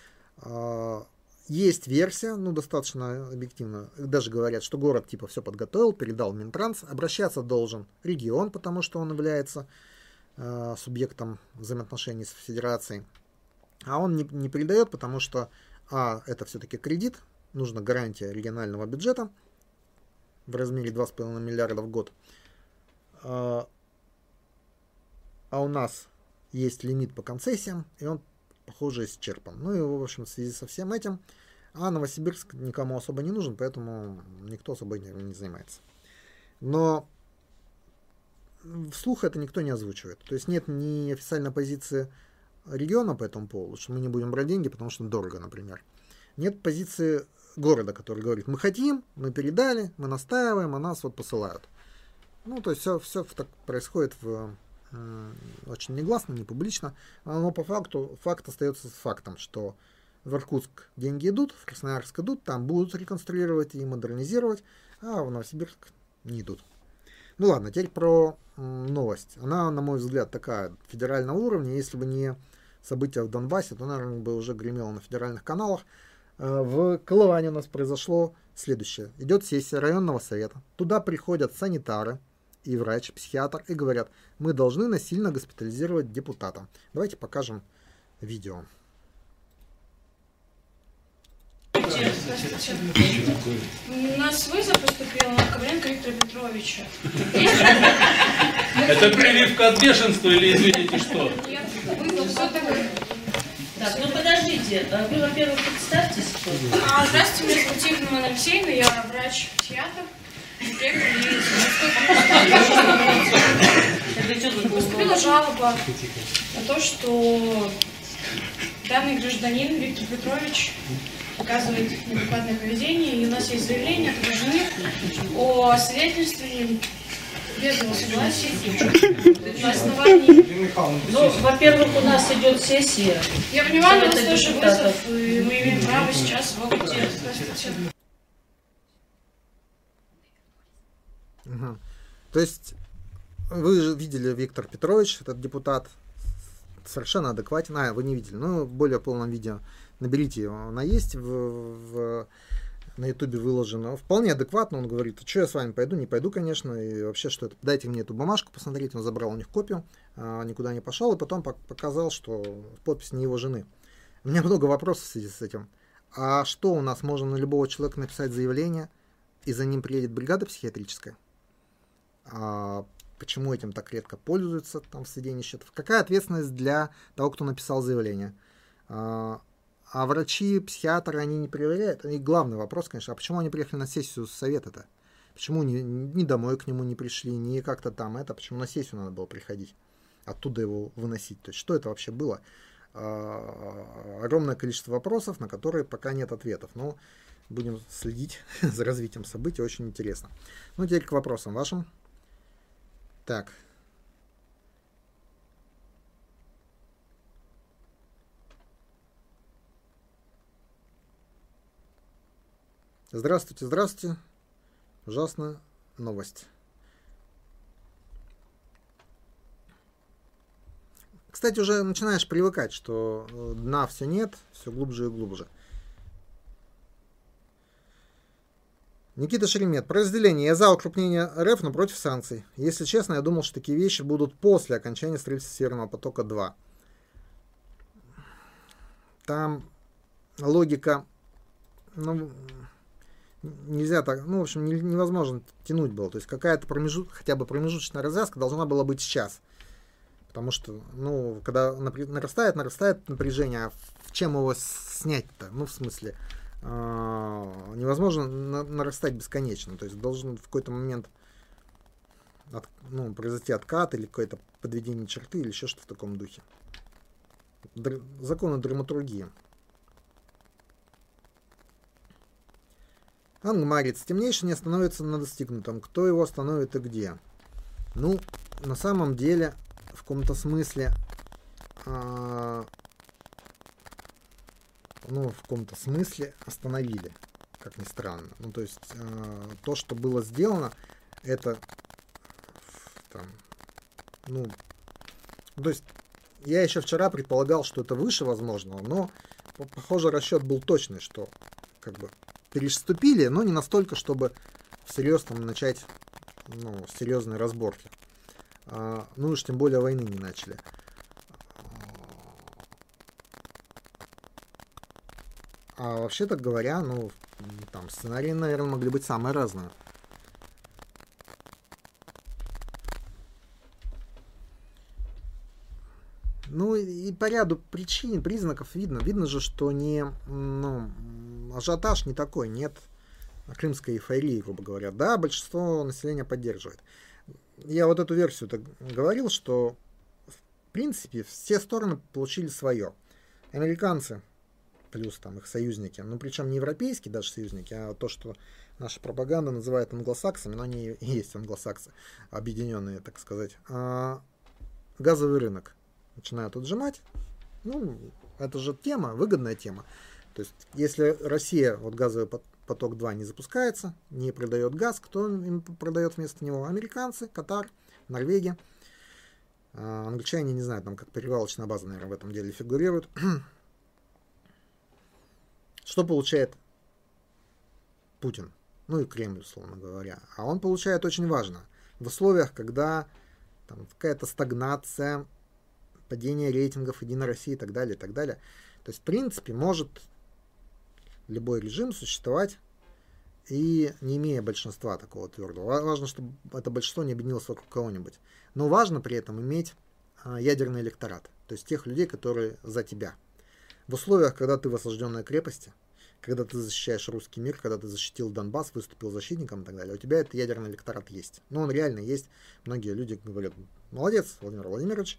Speaker 1: Есть версия, ну, достаточно объективно, даже говорят, что город типа все подготовил, передал Минтранс, обращаться должен регион, потому что он является субъектом взаимоотношений с федерацией, а он не передает, потому что это все-таки кредит, нужна гарантия регионального бюджета в размере 2,5 миллиарда в год, а у нас есть лимит по концессиям, и он, похоже, исчерпан. Ну и, в общем, в связи со всем этим, Новосибирск никому особо не нужен, поэтому никто особо не занимается. Но вслух это никто не озвучивает. То есть нет ни официальной позиции региона по этому поводу, что мы не будем брать деньги, потому что дорого, например. Нет позиции города, который говорит, мы хотим, мы передали, мы настаиваем, а нас вот посылают. Ну, то есть все так происходит очень негласно, не публично, но по факту факт остается фактом, что в Иркутск деньги идут, в Красноярск идут, там будут реконструировать и модернизировать, а в Новосибирск не идут. Ну ладно, теперь про новость. Она, на мой взгляд, такая федерального уровня. Если бы не события в Донбассе, то, наверное, бы уже гремело на федеральных каналах. В Колыване у нас произошло следующее. Идет сессия районного совета. Туда приходят санитары и врач, психиатр и говорят, мы должны насильно госпитализировать депутата. Давайте покажем видео.
Speaker 2: У нас вызов поступил на Коваленко Виктора Петровича.
Speaker 3: Это прививка от бешенства или извините что?
Speaker 2: Нет, вызов сотовый.
Speaker 4: Так, ну подождите, вы, во-первых, представьтесь.
Speaker 2: Здравствуйте, меня зовут Тихонова Алексеевна, я врач-психиатр. Поступила жалоба на то, что данный гражданин Виктор Петрович показывает неадекватное поведение, и у нас есть заявление от его жены о свидетельствовании без его согласия на основании...
Speaker 4: Ну, во-первых, у нас идет сессия.
Speaker 2: Я понимаю, у нас тоже вызов, и мы имеем право сейчас в опыте.
Speaker 1: Угу. То есть вы же видели Виктор Петрович, этот депутат, совершенно адекватен. Вы не видели, но в более полном видео наберите его. Она есть на ютубе выложено. Вполне адекватно он говорит, что я с вами пойду, не пойду, конечно, и вообще что это, дайте мне эту бумажку посмотреть. Он забрал у них копию, никуда не пошел, и потом показал, что подпись не его жены. У меня много вопросов в связи с этим. А что у нас, можно на любого человека написать заявление, и за ним приедет бригада психиатрическая? Почему этим так редко пользуются там в сведении счетов? Какая ответственность для того, кто написал заявление? А врачи, психиатры, они не проверяют. И главный вопрос, конечно, а почему они приехали на сессию совета-то? Почему ни домой к нему не пришли, ни как-то там почему на сессию надо было приходить? Оттуда его выносить. То есть что это вообще было? Огромное количество вопросов, на которые пока нет ответов. Но будем следить за развитием событий, очень интересно. Ну, теперь к вопросам вашим. Так. Здравствуйте, здравствуйте. Ужасная новость. Кстати, уже начинаешь привыкать, что дна все нет, все глубже и глубже. Никита Шеремет. Про разделение. Я за укрупнение РФ, но против санкций. Если честно, я думал, что такие вещи будут после окончания строительства Северного потока-2. Там логика, нельзя так, ну, в общем, невозможно тянуть было. То есть какая-то хотя бы промежуточная развязка должна была быть сейчас. Потому что, ну, когда нарастает напряжение, а в чем его снять-то? Ну, в смысле, невозможно нарастать бесконечно. То есть должен в какой-то момент произойти откат или какое-то подведение черты или еще что-то в таком духе. Законы драматургии. Ангмарец. Темнейший не остановится на достигнутом. Кто его остановит и где? Ну, на самом деле, в каком-то смысле, остановили, как ни странно. Ну, то есть, то, что было сделано, это там, ну, то есть, я еще вчера предполагал, что это выше возможного, но, похоже, расчет был точный, что, как бы, переступили, но не настолько, чтобы всерьез там начать, ну, серьезные разборки. Ну уж тем более войны не начали. А вообще-то говоря, ну, там сценарии, наверное, могли быть самые разные. Ну и по ряду причин, признаков видно. Видно же, что ажиотаж не такой, нет крымской эйфории, грубо говоря. Да, большинство населения поддерживает. Я вот эту версию-то говорил, что в принципе все стороны получили свое. Американцы, плюс там их союзники, ну причем не европейские даже союзники, а то, что наша пропаганда называет англосаксами, но они и есть англосаксы, объединенные, так сказать. Газовый рынок начинают отжимать. Ну, это же тема, выгодная тема. То есть, если Россия, вот газовый поток 2 не запускается, не продает газ, кто им продает вместо него? Американцы, Катар, Норвегия. Англичане, не знаю, там как перевалочная база, наверное, в этом деле фигурирует. Что получает Путин? Ну и Кремль, условно говоря. А он получает очень важно. В условиях, когда там какая-то стагнация, падение рейтингов Единой России и так далее, и так далее. То есть, в принципе, может любой режим существовать и не имея большинства такого твердого. Важно, чтобы это большинство не объединилось вокруг кого-нибудь. Но важно при этом иметь ядерный электорат. То есть тех людей, которые за тебя. В условиях, когда ты в осажденной крепости, когда ты защищаешь русский мир, когда ты защитил Донбасс, выступил защитником и так далее, у тебя этот ядерный электорат есть. Но он реально есть. Многие люди говорят: молодец, Владимир Владимирович.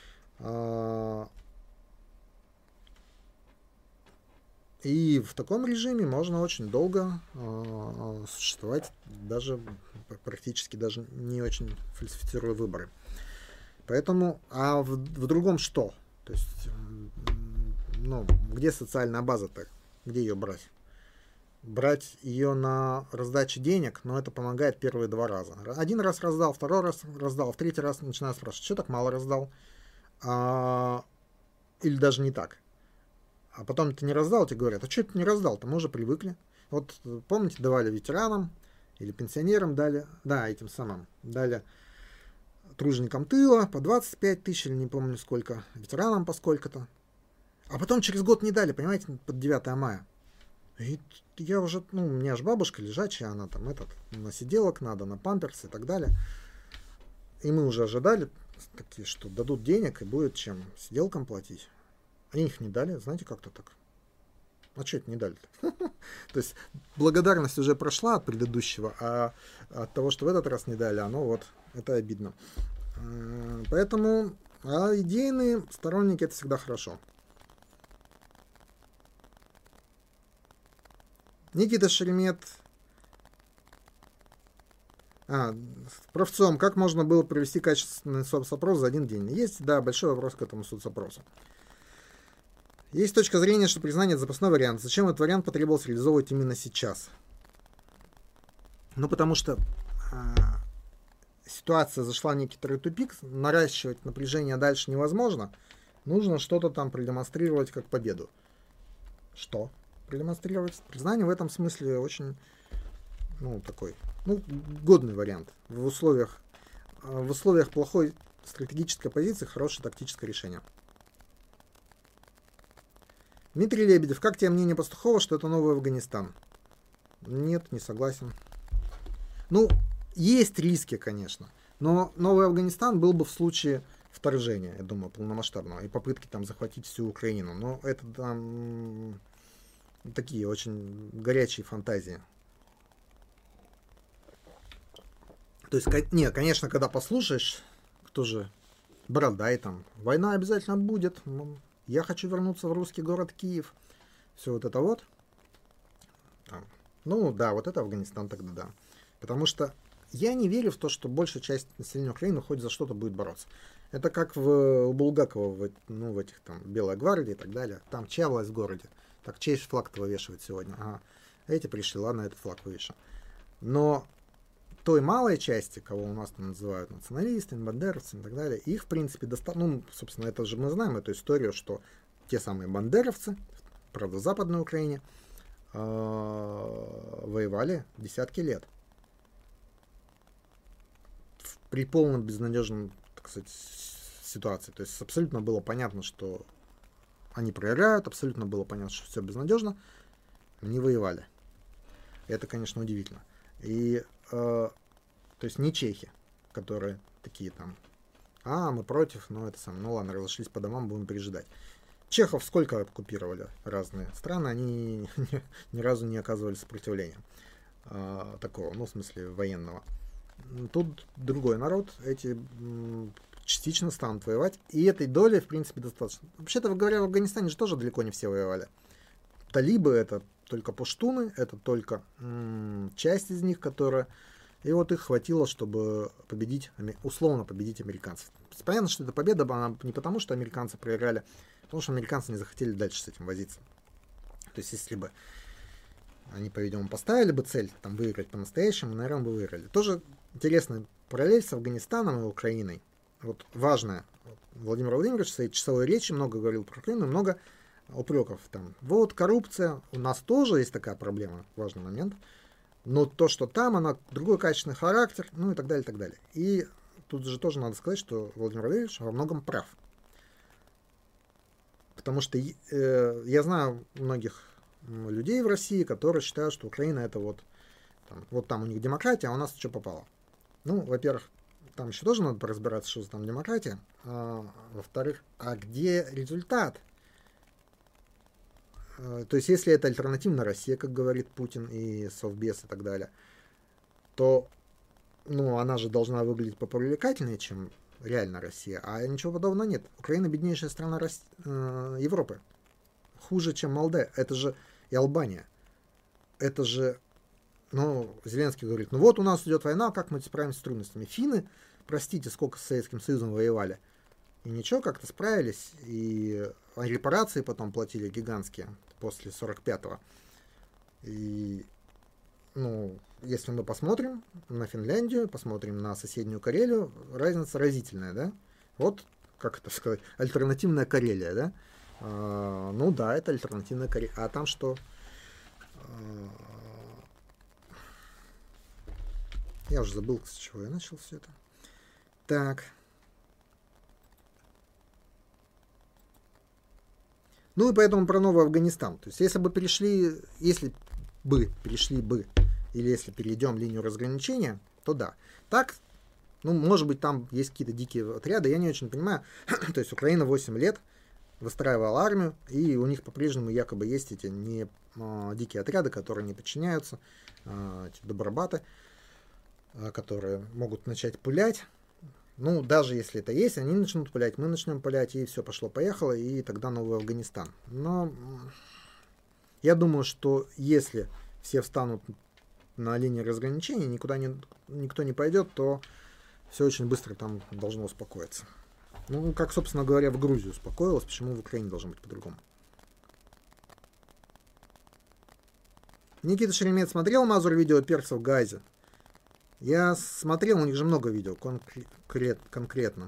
Speaker 1: И в таком режиме можно очень долго существовать, даже практически даже не очень фальсифицируя выборы. Поэтому, а в другом что? То есть, ну, где социальная база-то? Где ее брать? Брать ее на раздаче денег, но это помогает первые 2 раза. Один раз раздал, второй раз раздал, в третий раз начинаю спрашивать, что так мало раздал? Или даже не так. А потом ты не раздал, тебе говорят: а что ты не раздал-то, мы уже привыкли. Вот помните, давали ветеранам или пенсионерам, дали, да, этим самым, дали труженикам тыла по 25 тысяч или не помню сколько, ветеранам по сколько-то. А потом через год не дали, понимаете, под 9 мая. И я уже, ну, у меня же бабушка лежачая, она там на сиделок надо, на памперсы и так далее. И мы уже ожидали такие, что дадут денег и будет чем сиделкам платить. Они их не дали, знаете, как-то так. А что это не дали-то? То есть благодарность уже прошла от предыдущего, а от того, что в этот раз не дали, оно вот, это обидно. Поэтому идейные сторонники — это всегда хорошо. Никита Шеремет. Профцом, как можно было провести качественный соцопрос за один день? Есть, да, большой вопрос к этому соцопросу. Есть точка зрения, что признание — это запасной вариант. Зачем этот вариант потребовалось реализовывать именно сейчас? Ну, потому что ситуация зашла в некий тупик, наращивать напряжение дальше невозможно. Нужно что-то там продемонстрировать как победу. Что продемонстрировать? Признание в этом смысле очень, ну, такой, ну, годный вариант. В условиях плохой стратегической позиции хорошее тактическое решение. Дмитрий Лебедев, как тебе мнение Пастухова, что это новый Афганистан? Нет, не согласен. Ну, есть риски, конечно. Но Новый Афганистан был бы в случае вторжения, я думаю, полномасштабного, и попытки там захватить всю Украину. Но это там такие очень горячие фантазии. То есть, не, конечно, когда послушаешь, кто же Бородай там, война обязательно будет, я хочу вернуться в русский город Киев, все вот это вот. Там. Ну да, вот это Афганистан тогда да. Потому что я не верю в то, что большая часть населения Украины хоть за что-то будет бороться. Это как у Булгакова, в этих там Белой гвардии и так далее. Там чья власть в городе? Так, чей флаг-то вывешивать сегодня? Ага, эти пришли, ладно, этот флаг вывешен. Но той малой части, кого у нас там называют националистами, бандеровцами и так далее, их, в принципе, достаточно. Ну, собственно, это же мы знаем эту историю, что те самые бандеровцы, правда, в Западной Украине, воевали десятки лет. При полном безнадежном, так сказать, ситуации. То есть абсолютно было понятно, что они проиграют, абсолютно было понятно, что все безнадежно. Не воевали. Это, конечно, удивительно. И, то есть не чехи, которые такие там, мы против, ну это сам, ну ладно, разошлись по домам, будем пережидать. Чехов сколько оккупировали разные страны, они ни разу не оказывали сопротивления такого, ну в смысле военного. Тут другой народ, эти частично станут воевать, и этой доли, в принципе, достаточно. Вообще-то говоря, в Афганистане же тоже далеко не все воевали. Талибы — это только пуштуны, это только часть из них, которая... И вот их хватило, чтобы победить, условно победить американцев. Понятно, что эта победа, она не потому, что американцы проиграли, а потому что американцы не захотели дальше с этим возиться. То есть, если бы они, по-видимому, поставили бы цель там выиграть по-настоящему, наверное, бы выиграли. Тоже интересная параллель с Афганистаном и Украиной. Вот важная. Владимир Владимирович в своей часовой речи много говорил про Украину, много упреков там. Вот коррупция, у нас тоже есть такая проблема, важный момент. Но то, что там, она другой качественный характер, ну и так далее, и так далее. И тут же тоже надо сказать, что Владимир Владимирович во многом прав. Потому что я знаю многих людей в России, которые считают, что Украина это вот там у них демократия, а у нас что попало. Ну, во-первых, там еще тоже надо разбираться, что за там демократия. Во-вторых, а где результат? То есть, если это альтернативная Россия, как говорит Путин и Совбез и так далее, то она же должна выглядеть попривлекательнее, чем реально Россия. А ничего подобного нет. Украина беднейшая страна Европы. Хуже, чем Молдавия. Это же и Албания. Это же... Зеленский говорит, вот у нас идет война, как мы справимся с трудностями. Финны, простите, сколько с Советским Союзом воевали. И ничего, как-то справились. И репарации потом платили гигантские после 45-го. И, если мы посмотрим на Финляндию, посмотрим на соседнюю Карелию, разница разительная, да? Вот, как это сказать, альтернативная Карелия, да? Да, это альтернативная Карелия. А там что? Я уже забыл, с чего я начал все это. Так. И поэтому про Новый Афганистан. То есть, если бы перешли бы, или если перейдем линию разграничения, то да. Так, может быть, там есть какие-то дикие отряды, я не очень понимаю. То есть, Украина 8 лет выстраивала армию, и у них по-прежнему якобы есть эти не дикие отряды, которые не подчиняются, эти добробаты, которые могут начать пулять. Даже если это есть, они начнут пулять, мы начнем пулять, и все, пошло-поехало, и тогда Новый Афганистан. Но я думаю, что если все встанут на линии разграничения, никто не пойдет, то все очень быстро там должно успокоиться. Как, собственно говоря, в Грузии успокоилось, почему в Украине должно быть по-другому. Никита Шеремет смотрел Мазур видео перцев в Газе? Я смотрел, у них же много видео, конкретно.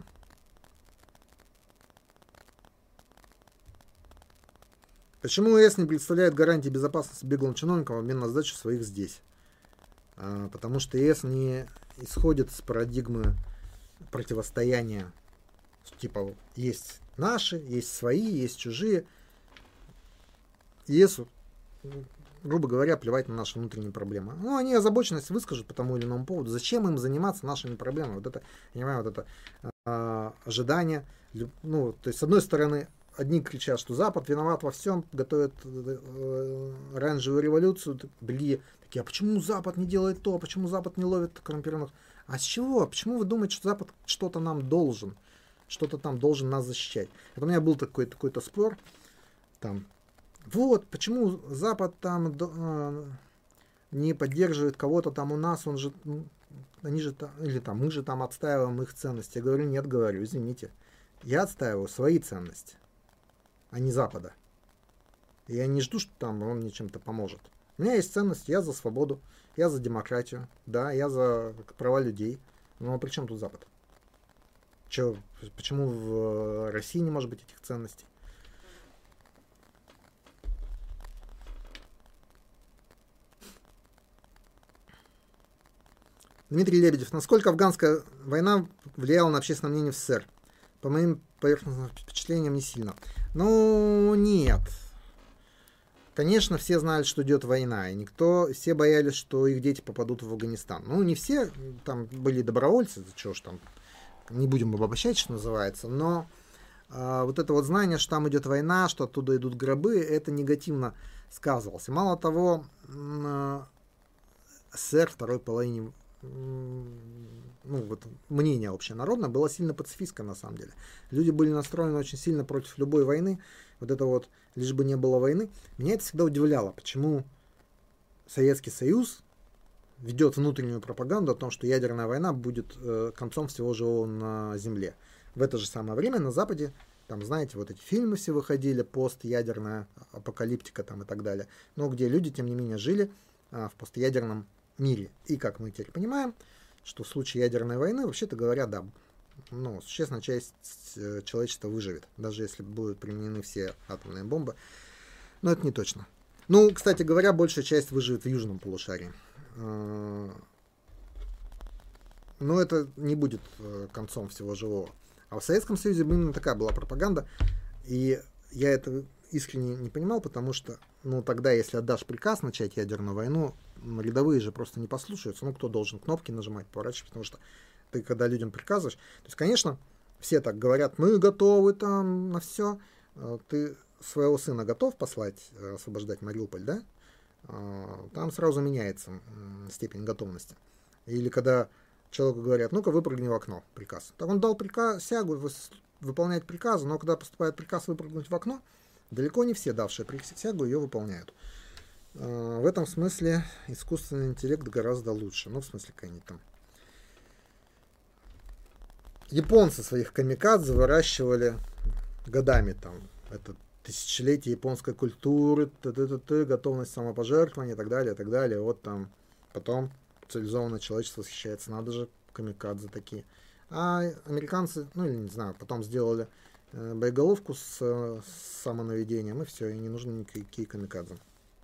Speaker 1: Почему ЕС не представляет гарантии безопасности беглым чиновникам в обмен на сдачу своих здесь? Потому что ЕС не исходит с парадигмы противостояния. Типа, есть наши, есть свои, есть чужие. ЕС, грубо говоря, плевать на наши внутренние проблемы. Ну, они озабоченность выскажут по тому или иному поводу. Зачем им заниматься нашими проблемами? Вот это, я понимаю, вот это ожидание. Ну, то есть, с одной стороны, одни кричат, что Запад виноват во всем, готовят оранжевую революцию. Такие, а почему Запад не делает то? Почему Запад не ловит коррумпированных? А с чего? Почему вы думаете, что Запад что-то нам должен? Что-то там должен нас защищать? Это у меня был какой-то спор. Там, вот, почему Запад там не поддерживает кого-то там у нас, он же, они же там, или там, мы же там отстаиваем их ценности. Я говорю, нет, говорю, извините. Я отстаиваю свои ценности, а не Запада. Я не жду, что там он мне чем-то поможет. У меня есть ценности, я за свободу, я за демократию, да, я за права людей. Но при чем тут Запад? Почему в России не может быть этих ценностей? Дмитрий Лебедев. Насколько афганская война влияла на общественное мнение в СССР? По моим поверхностным впечатлениям, не сильно. Ну, нет. Конечно, все знали, что идет война, и все боялись, что их дети попадут в Афганистан. Ну, не все, там были добровольцы, чего ж там, не будем обобщать, что называется, но вот это вот знание, что там идет война, что оттуда идут гробы, это негативно сказывалось. И мало того, СССР второй половине, ну, вот, мнение общенародное было сильно пацифистское на самом деле. Люди были настроены очень сильно против любой войны. Вот это вот, лишь бы не было войны. Меня это всегда удивляло, почему Советский Союз ведет внутреннюю пропаганду о том, что ядерная война будет концом всего живого на Земле. В это же самое время на Западе, там, знаете, вот эти фильмы все выходили, постядерная апокалиптика там и так далее, но где люди, тем не менее, жили в постядерном мире. И как мы теперь понимаем, что в случае ядерной войны, вообще-то говоря, да, ну, существенная часть человечества выживет, даже если будут применены все атомные бомбы. Но это не точно. Ну, кстати говоря, большая часть выживет в южном полушарии. Но это не будет концом всего живого. А в Советском Союзе именно такая была пропаганда. И я это искренне не понимал, потому что, ну, тогда, если отдашь приказ начать ядерную войну, рядовые же просто не послушаются. Ну, кто должен кнопки нажимать, поворачивать, потому что ты, когда людям приказываешь... То есть, конечно, все так говорят, мы готовы там на все. Ты своего сына готов послать освобождать Мариуполь, да? Там сразу меняется степень готовности. Или когда человеку говорят, ну-ка выпрыгни в окно, приказ. Так он дал присягу выполнять приказы, но когда поступает приказ выпрыгнуть в окно, далеко не все, давшие присягу, ее выполняют. В этом смысле искусственный интеллект гораздо лучше. Ну, в смысле, какие-нибудь там. Японцы своих камикадзе выращивали годами там. Это тысячелетие японской культуры, готовность самопожертвования и так далее, и так далее. Вот там потом цивилизованное человечество восхищается. Надо же, камикадзе такие. А американцы, ну или не знаю, потом сделали боеголовку с самонаведением, и все, и не нужны никакие камикадзе.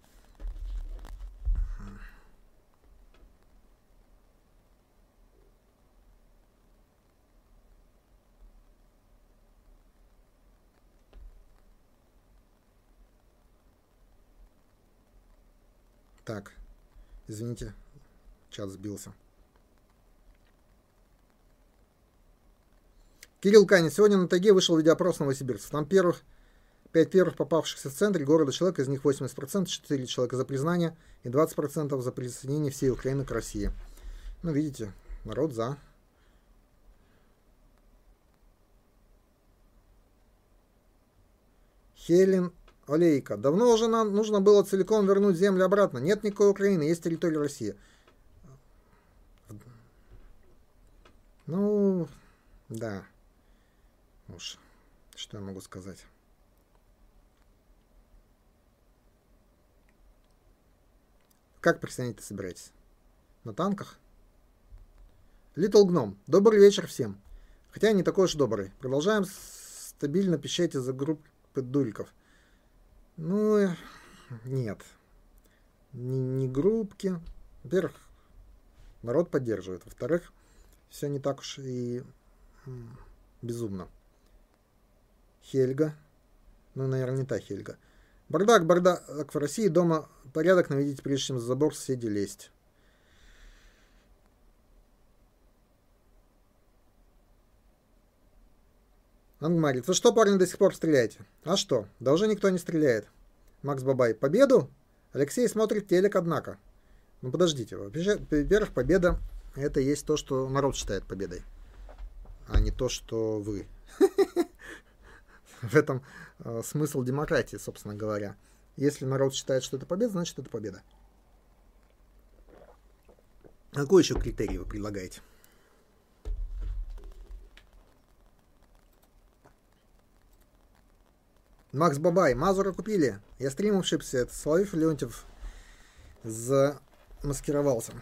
Speaker 1: Так, извините, чат сбился. Кирилл Канин. Сегодня на тайге вышел видеоопрос новосибирцев. Там 5 первых попавшихся в центре города человек, из них 80%, 4 человека за признание и 20% за присоединение всей Украины к России. Ну, видите, народ за. Хелен Олейка. Давно уже нам нужно было целиком вернуть землю обратно. Нет никакой Украины, есть территория России. Ну, да. Уж, что я могу сказать? Как присоединить-то собираетесь? На танках? Little Gnome. Добрый вечер всем. Хотя не такой уж добрый. Продолжаем стабильно пищать из-за группы дуриков. Ну, нет. Не группки. Во-первых, народ поддерживает. Во-вторых, все не так уж и безумно. Хельга. Ну, наверное, не та Хельга. Бардак, бардак в России, дома порядок наведите, прежде чем за забор соседи лезть. Он говорит, вы что, парни, до сих пор стреляете? А что? Да уже никто не стреляет. Макс Бабай, победу? Алексей смотрит телек, однако. Ну подождите, во-первых, победа это есть то, что народ считает победой, а не то, что вы. В этом смысл демократии, собственно говоря. Если народ считает, что это победа, значит это победа. Какой еще критерий вы предлагаете? Макс Бабай, Мазура купили. Я стримом ошибся. Это Соловьев Леонтьев замаскировался.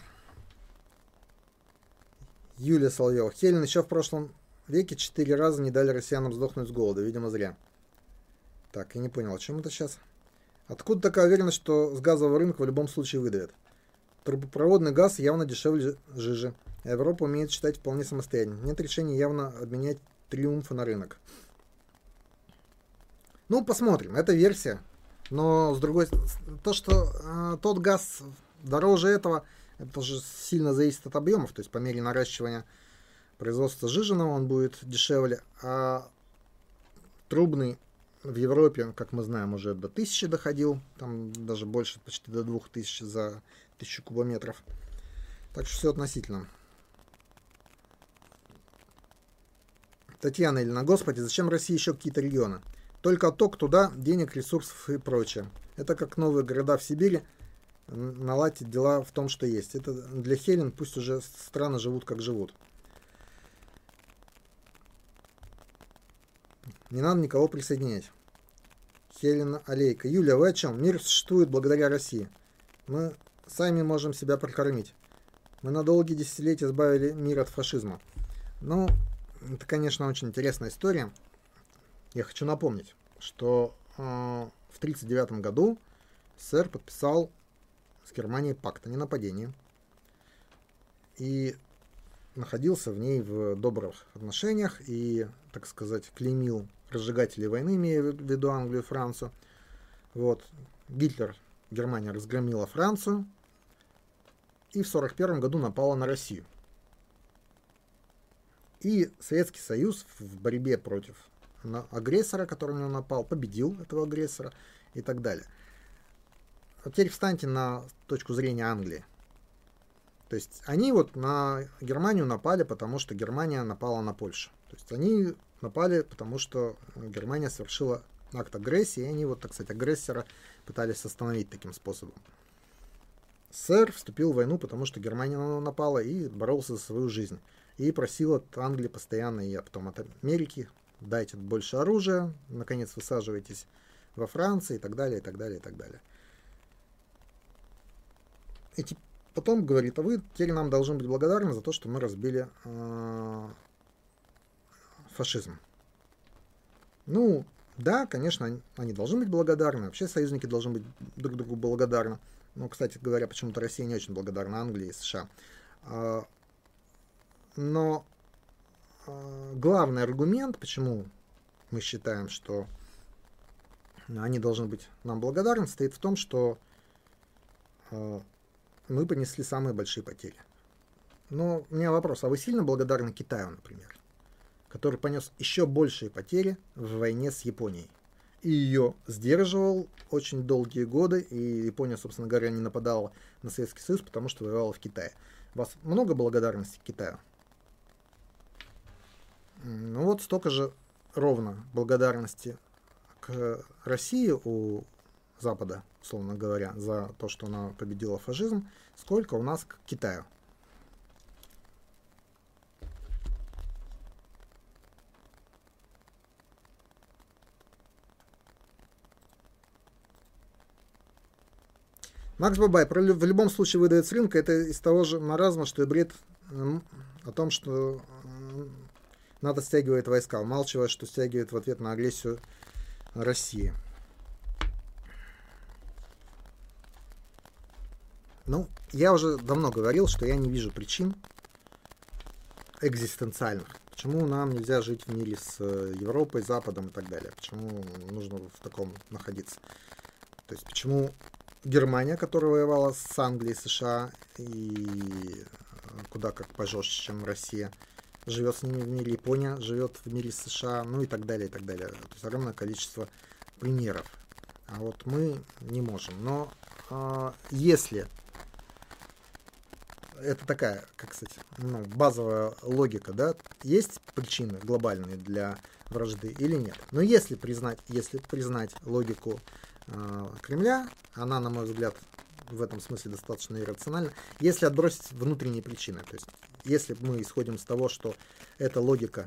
Speaker 1: Юлия Соловьева. Хелен еще в прошлом веке 4 раза не дали россиянам сдохнуть с голода. Видимо, зря. Так, я не понял, о чем это сейчас? Откуда такая уверенность, что с газового рынка в любом случае выдавят? Трубопроводный газ явно дешевле жижи. Европа умеет считать вполне самостоятельно. Нет решения явно обменять триумфы на рынок. Ну, посмотрим. Это версия. Но, с другой стороны, то, что тот газ дороже этого, это же сильно зависит от объемов. То есть, по мере наращивания производства жиженого он будет дешевле. А трубный в Европе, как мы знаем, уже до 1000 доходил. Там даже больше, почти до 2000 за 1000 кубометров. Так что все относительно. Татьяна Ильина. Господи, зачем России еще какие-то регионы? Только отток туда, денег, ресурсов и прочее. Это как новые города в Сибири. Наладить дела в том, что есть. Это для Хелен, пусть уже страны живут, как живут. Не надо никого присоединять. Хелена Алейка. Юля, вы о чем? Мир существует благодаря России. Мы сами можем себя прокормить. Мы на долгие десятилетия избавили мир от фашизма. Ну, это, конечно, очень интересная история. Я хочу напомнить, что в 1939 году СССР подписал с Германией пакт о ненападении и находился в ней в добрых отношениях и, так сказать, клеймил разжигателей войны, имея в виду Англию и Францию. Вот. Гитлер, Германия разгромила Францию и в 1941 году напала на Россию. И Советский Союз в борьбе против агрессора, который на него напал, победил этого агрессора и так далее. А теперь встаньте на точку зрения Англии. То есть они вот на Германию напали, потому что Германия напала на Польшу. То есть они напали, потому что Германия совершила акт агрессии, и они вот, так сказать, агрессора пытались остановить таким способом. СССР вступил в войну, потому что Германия напала и боролся за свою жизнь. И просил от Англии постоянно, и потом от Америки, дайте больше оружия, наконец высаживайтесь во Франции и так далее, и так далее, и так далее. И потом говорит, а вы теперь нам должны быть благодарны за то, что мы разбили фашизм. Ну, да, конечно, они должны быть благодарны, вообще союзники должны быть друг другу благодарны. Ну, кстати говоря, почему-то Россия не очень благодарна Англии и США. Но главный аргумент, почему мы считаем, что они должны быть нам благодарны, стоит в том, что мы понесли самые большие потери. Но у меня вопрос, а вы сильно благодарны Китаю, например, который понес еще большие потери в войне с Японией? И ее сдерживал очень долгие годы, и Япония, собственно говоря, не нападала на Советский Союз, потому что воевала в Китае. У вас много благодарности к Китаю? Ну вот столько же ровно благодарности к России у Запада, условно говоря, за то, что она победила фашизм, сколько у нас к Китаю. Макс Бабай, в любом случае выдает с рынка, это из того же маразма, что и бред о том, что НАТО стягивает войска, умалчивая, что стягивает в ответ на агрессию России. Ну, я уже давно говорил, что я не вижу причин экзистенциальных. Почему нам нельзя жить в мире с Европой, Западом и так далее? Почему нужно в таком находиться? То есть почему Германия, которая воевала с Англией, США и куда как пожестче, чем Россия, живет с ними в мире, Япония живет в мире с США, ну и так далее, и так далее. То есть огромное количество примеров. А вот мы не можем. Но если это такая, как сказать, базовая логика, да, есть причины глобальные для вражды или нет. Но если признать логику Кремля, она, на мой взгляд, в этом смысле достаточно иррациональна, если отбросить внутренние причины. То есть, если мы исходим с того, что эта логика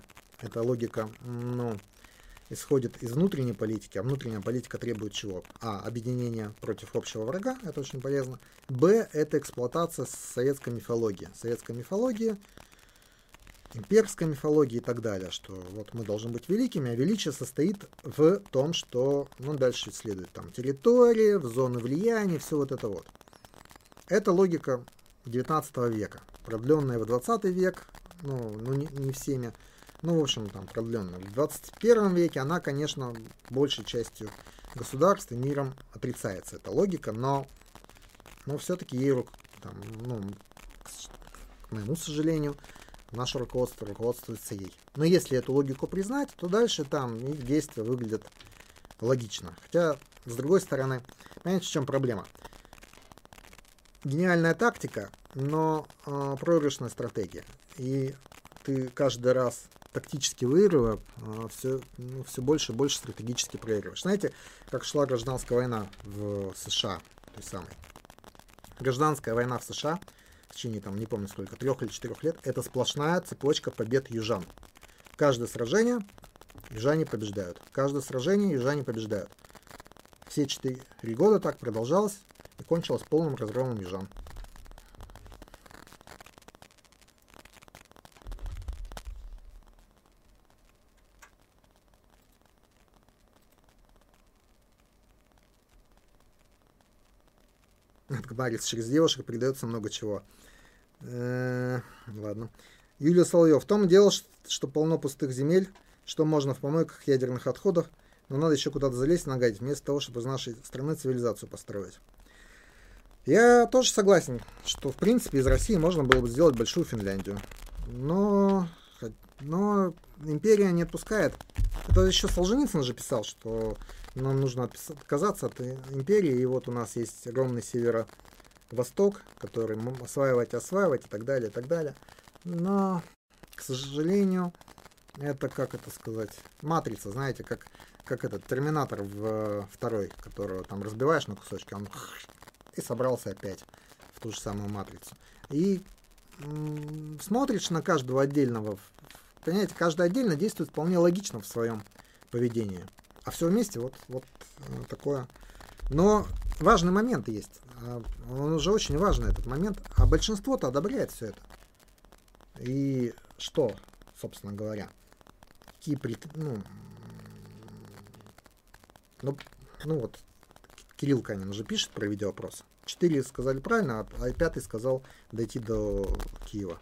Speaker 1: исходит из внутренней политики, а внутренняя политика требует чего? А. Объединения против общего врага, это очень полезно. Б. Это эксплуатация советской мифологии. Советской мифологии, имперской мифологии и так далее, что вот мы должны быть великими, а величие состоит в том, что, дальше следует там территории, в зоны влияния, все вот это вот. Это логика 19 века, продленная в 20 век, не всеми, в общем, там продленная. В 21 веке она, конечно, большей частью государств и миром отрицается, эта логика, но все-таки ей, к моему сожалению, наше руководство руководствуется ей. Но если эту логику признать, то дальше там их действия выглядят логично. Хотя, с другой стороны, понимаете, в чем проблема? Гениальная тактика, но проигрышная стратегия. И ты каждый раз тактически выигрывая, все больше и больше стратегически проигрываешь. Знаете, как шла гражданская война в США, той самой. Гражданская война в США в течение, не помню сколько, 3 или 4 лет, это сплошная цепочка побед южан. Каждое сражение южане побеждают. Каждое сражение южане побеждают. Все 4 года так продолжалось и кончилось полным разгромом южан. Марис, через девушек передается много чего. Ладно. Юлия Соловьев. В том дело, что полно пустых земель, что можно в помойках ядерных отходов, но надо еще куда-то залезть, нагадить, вместо того, чтобы из нашей страны цивилизацию построить. Я тоже согласен, что в принципе из России можно было бы сделать большую Финляндию. Но империя не отпускает. Это еще Солженицын же писал, что нам нужно отказаться от империи, и вот у нас есть огромный северо-восток, который осваивать и так далее, и так далее. Но, к сожалению, это, как это сказать, матрица, знаете, как этот терминатор в второй, которого там разбиваешь на кусочки, он и собрался опять в ту же самую матрицу. И смотришь на каждого отдельного, понимаете, каждый отдельно действует вполне логично в своем поведении. А все вместе вот такое. Но важный момент есть. Он уже очень важный, этот момент. А большинство-то одобряет все это. И что, собственно говоря? Вот Кирилл Канин уже пишет про видеоопрос. 4 сказали правильно, а 5 сказал дойти до Киева.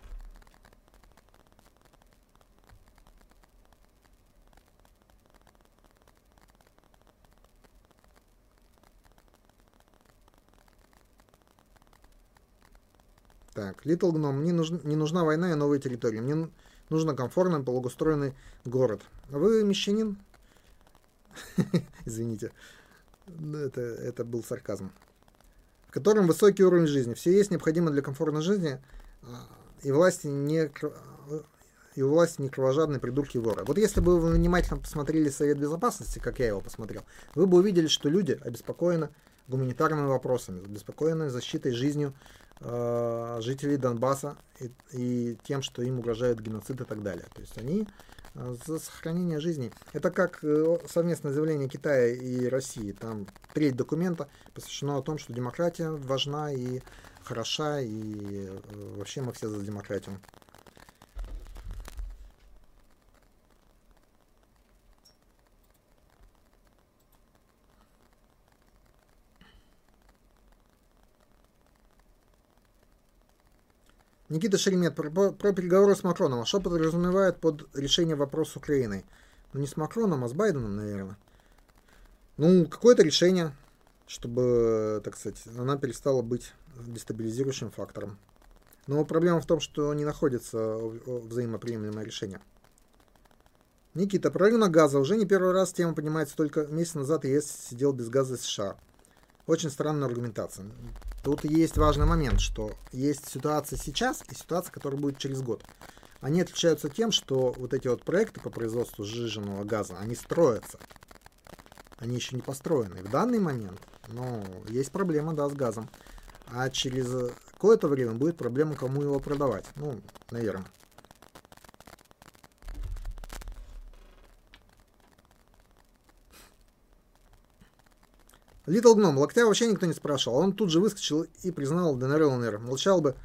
Speaker 1: Так, Little Gnome. Мне не нужна война и новые территории. Мне нужно комфортный, благоустроенный город. А вы мещанин? Извините. Это был сарказм. В котором высокий уровень жизни. Все есть необходимо для комфортной жизни, и власти не кровожадные придурки воры. Вот если бы вы внимательно посмотрели Совет Безопасности, как я его посмотрел, вы бы увидели, что люди обеспокоены гуманитарными вопросами, обеспокоены защитой жизнью жителей Донбасса и тем, что им угрожает геноцид и так далее. То есть они за сохранение жизни. Это как совместное заявление Китая и России. Там треть документа посвящено о том, что демократия важна и хороша, и вообще мы все за демократию. Никита Шеремет про переговоры с Макроном. А что подразумевает под решение вопроса с Украиной? Ну, не с Макроном, а с Байденом, наверное. Ну, какое-то решение. чтобы, так сказать, она перестала быть дестабилизирующим фактором. Но проблема в том, что не находится взаимоприемлемое решение. Никита, про рынок газа. Уже не первый раз тема поднимается, только месяц назад ЕС сидел без газа из США. Очень странная аргументация. Тут есть важный момент, что есть ситуация сейчас и ситуация, которая будет через год. Они отличаются тем, что вот эти вот проекты по производству сжиженного газа, они строятся. Они еще не построены. В данный момент, есть проблема, да, с газом. А через какое-то время будет проблема, кому его продавать. Наверное. Little Gnome. Локтя вообще никто не спрашивал. Он тут же выскочил и признал ДНР, ЛНР. Молчал бы,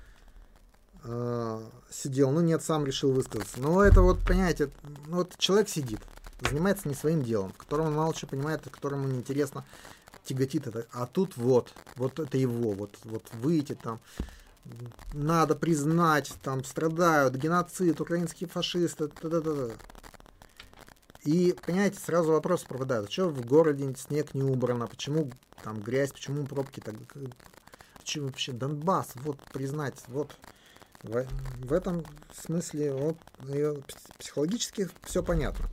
Speaker 1: сидел. Нет, сам решил высказаться. Но это вот, понимаете, человек сидит, занимается не своим делом, в котором он мало чего понимает, которому неинтересно, тяготит это. А тут вот это его, вот выйти там, надо признать, там страдают, геноцид, украинские фашисты, И, понимаете, сразу вопрос пропадает. Что в городе снег не убрано? Почему там грязь? Почему пробки? Почему вообще Донбасс? Признать. В этом смысле психологически все понятно.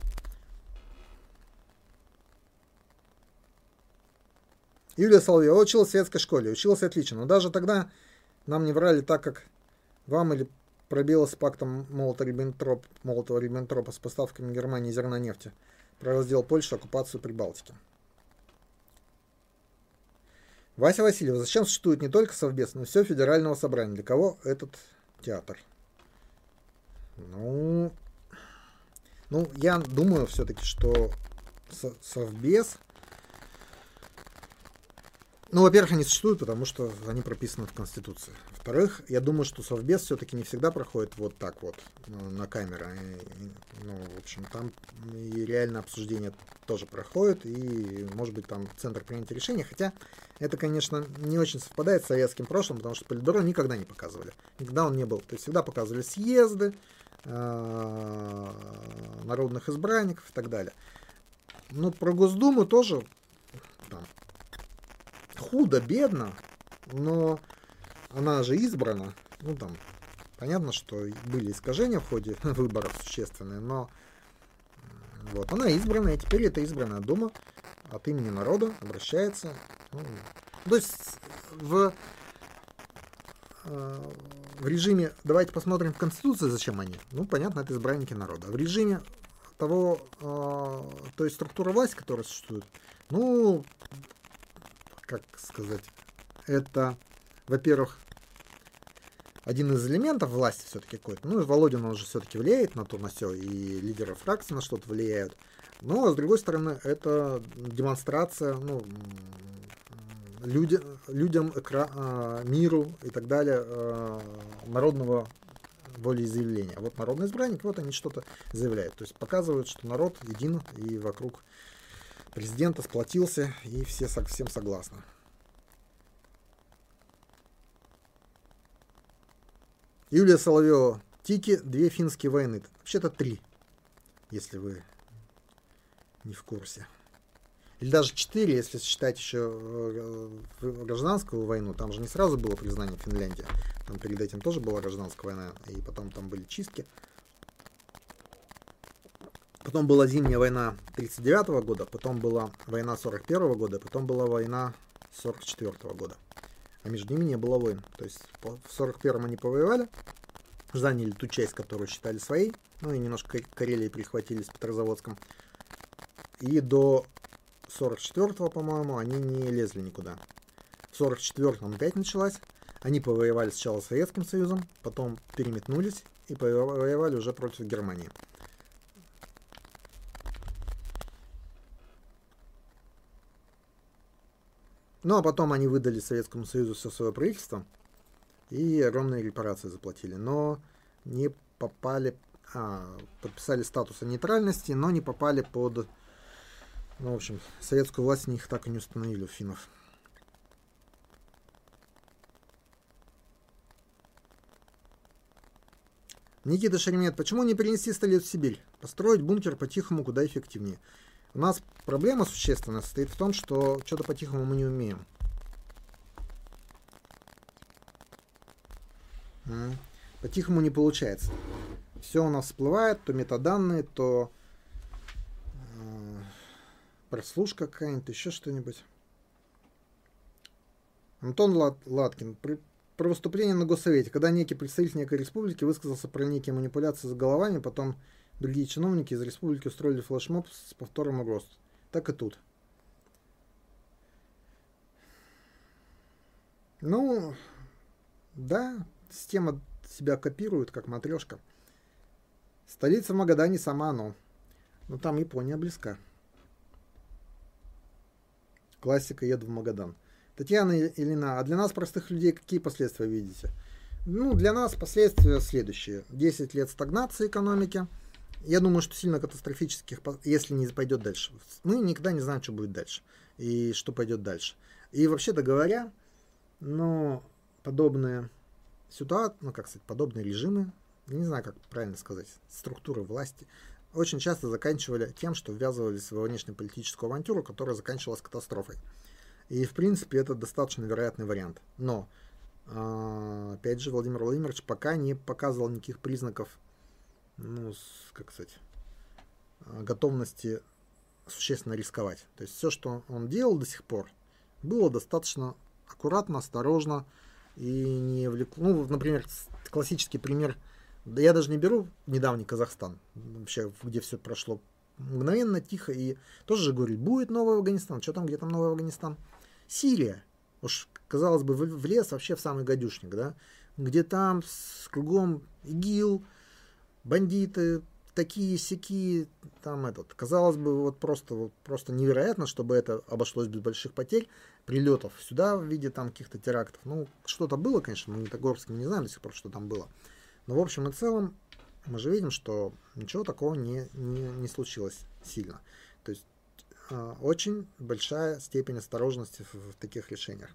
Speaker 1: Юлия Соловьева училась в советской школе. Училась отлично. Но даже тогда нам не врали так, как вам или пробило с пактом Молотова-Риббентропа с поставками Германии зерна нефти, про раздел Польши, оккупацию Прибалтики. Вася Васильева. Зачем существует не только Совбез, но и все федерального собрания? Для кого этот театр? Я думаю все-таки, что Совбез... во-первых, они существуют, потому что они прописаны в Конституции. Во-вторых, я думаю, что Совбез все-таки не всегда проходит вот так вот на камеры. В общем, там и реальное обсуждение тоже проходит, и, может быть, там центр принятия решений. Хотя это, конечно, не очень совпадает с советским прошлым, потому что Политбюро никогда не показывали. Никогда он не был. То есть всегда показывали съезды, народных избранников и так далее. Про Госдуму тоже... худо-бедно, но она же избрана. Понятно, что были искажения в ходе выборов существенные, но она избрана, и теперь эта избранная дума от имени народа обращается. То есть в режиме, давайте посмотрим в Конституции, зачем они. Понятно, это избранники народа. В режиме того, то есть структура власти, которая существует, как сказать, это, во-первых, один из элементов власти все-таки какой-то. Володин, он же все-таки влияет на то, на все, и лидеры фракции на что-то влияют. Но, с другой стороны, это демонстрация, людям, миру и так далее, народного волеизъявления. Народный избранник, они что-то заявляют. То есть показывают, что народ един и вокруг президента сплотился, и все всем согласны. Юлия Соловьева. Тики, 2 финские войны. Вообще-то 3, если вы не в курсе. Или даже 4, если считать еще гражданскую войну. Там же не сразу было признание Финляндии. Там перед этим тоже была гражданская война, и потом там были чистки. Потом была зимняя война 1939 года, потом была война 1941 года, потом была война 1944 года. А между ними не было войн. То есть в 1941 они повоевали, заняли ту часть, которую считали своей, и немножко Карелии прихватили с Петрозаводском. И до 1944, по-моему, они не лезли никуда. В 1944 опять началась. Они повоевали сначала с Советским Союзом, потом переметнулись и повоевали уже против Германии. А потом они выдали Советскому Союзу все свое правительство и огромные репарации заплатили. Но не попали, подписали статус о нейтральности, но не попали под... в общем, советскую власть них так и не установили, у финнов. Никита Шеремет. Почему не перенести столицу в Сибирь? Построить бункер по-тихому куда эффективнее. У нас проблема существенная состоит в том, что что-то по-тихому мы не умеем. По-тихому не получается. Все у нас всплывает, то метаданные, то прослушка какая-нибудь, еще что-нибудь. Антон Латкин. Про выступление на Госсовете. Когда некий представитель некой республики высказался про некие манипуляции с головами, потом другие чиновники из республики устроили флешмоб с повтором угроз. Так и тут. Ну, да, система себя копирует, как матрешка. Столица в Магадане сама оно. Но там Япония близка. Классика «Еду в Магадан». Татьяна Ильина, а для нас, простых людей, какие последствия видите? Ну, для нас последствия следующие. 10 лет стагнации экономики. Я думаю, что сильно катастрофических, если не пойдет дальше. Мы никогда не знаем, что будет дальше. И что пойдет дальше. И вообще-то говоря, но подобные ситуации, ну, как сказать, подобные режимы, я не знаю, как правильно сказать, структуры власти, очень часто заканчивали тем, что ввязывались в внешнеполитическую авантюру, которая заканчивалась катастрофой. И, в принципе, это достаточно вероятный вариант. Но, опять же, Владимир Владимирович пока не показывал никаких признаков, ну, как сказать, готовности существенно рисковать. То есть все, что он делал до сих пор, было достаточно аккуратно, осторожно и не влекло. Ну, например, классический пример, да я даже не беру недавний Казахстан, вообще, где все прошло мгновенно, тихо, и тоже же говорит, будет новый Афганистан. Что там, где там новый Афганистан? Сирия. Уж, казалось бы, влез вообще в самый гадюшник, да? Где там кругом ИГИЛ, бандиты, такие-сякие, там этот. Казалось бы, вот просто невероятно, чтобы это обошлось без больших потерь, прилетов сюда в виде там каких-то терактов. Ну, что-то было, конечно, мы Магнитогорским не знаем до сих пор, что там было. Но в общем и целом мы же видим, что ничего такого не случилось сильно. То есть очень большая степень осторожности в таких решениях.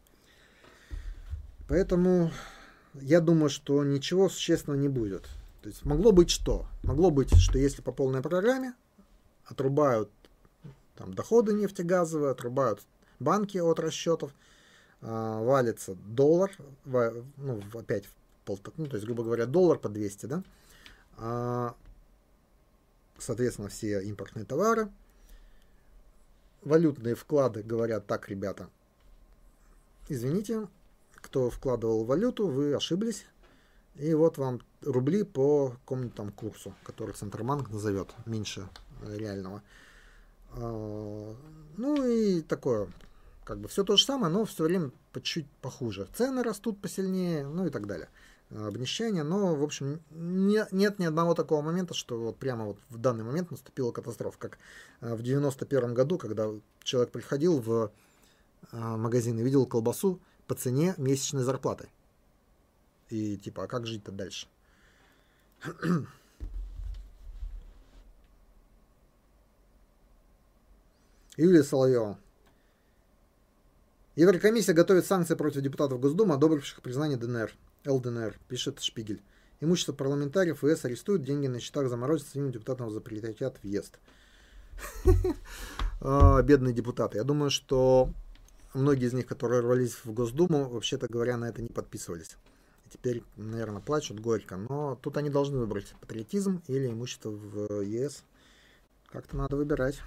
Speaker 1: Поэтому я думаю, что ничего существенного не будет. То есть могло быть что? Могло быть, что если по полной программе отрубают там доходы нефтегазовые, отрубают банки от расчетов, валится доллар, ну, опять, ну, то есть, грубо говоря, доллар по 200, да? Соответственно, все импортные товары, валютные вклады говорят, так, ребята, извините, кто вкладывал в валюту, вы ошиблись, и вот вам рубли по какому-нибудь там курсу, который Центробанк назовет, меньше реального. Ну и такое, как бы все то же самое, но все время по чуть-чуть похуже. Цены растут посильнее, ну и так далее. Обнищание, но, в общем, нет ни одного такого момента, что вот прямо вот в данный момент наступила катастрофа, как в 91 году, когда человек приходил в магазин и видел колбасу по цене месячной зарплаты. И типа, а как жить-то дальше? Юлия Соловьева. Еврокомиссия готовит санкции против депутатов Госдумы, одобривших признание ДНР. ЛДНР, пишет Шпигель. Имущество парламентариев ВС арестуют, деньги на счетах заморозят, своим депутатам запретят въезд. Бедные депутаты. Я думаю, что многие из них, которые рвались в Госдуму, вообще-то говоря, на это не подписывались. И теперь, наверное, плачут горько. Но тут они должны выбрать патриотизм или имущество в ЕС. Как-то надо выбирать.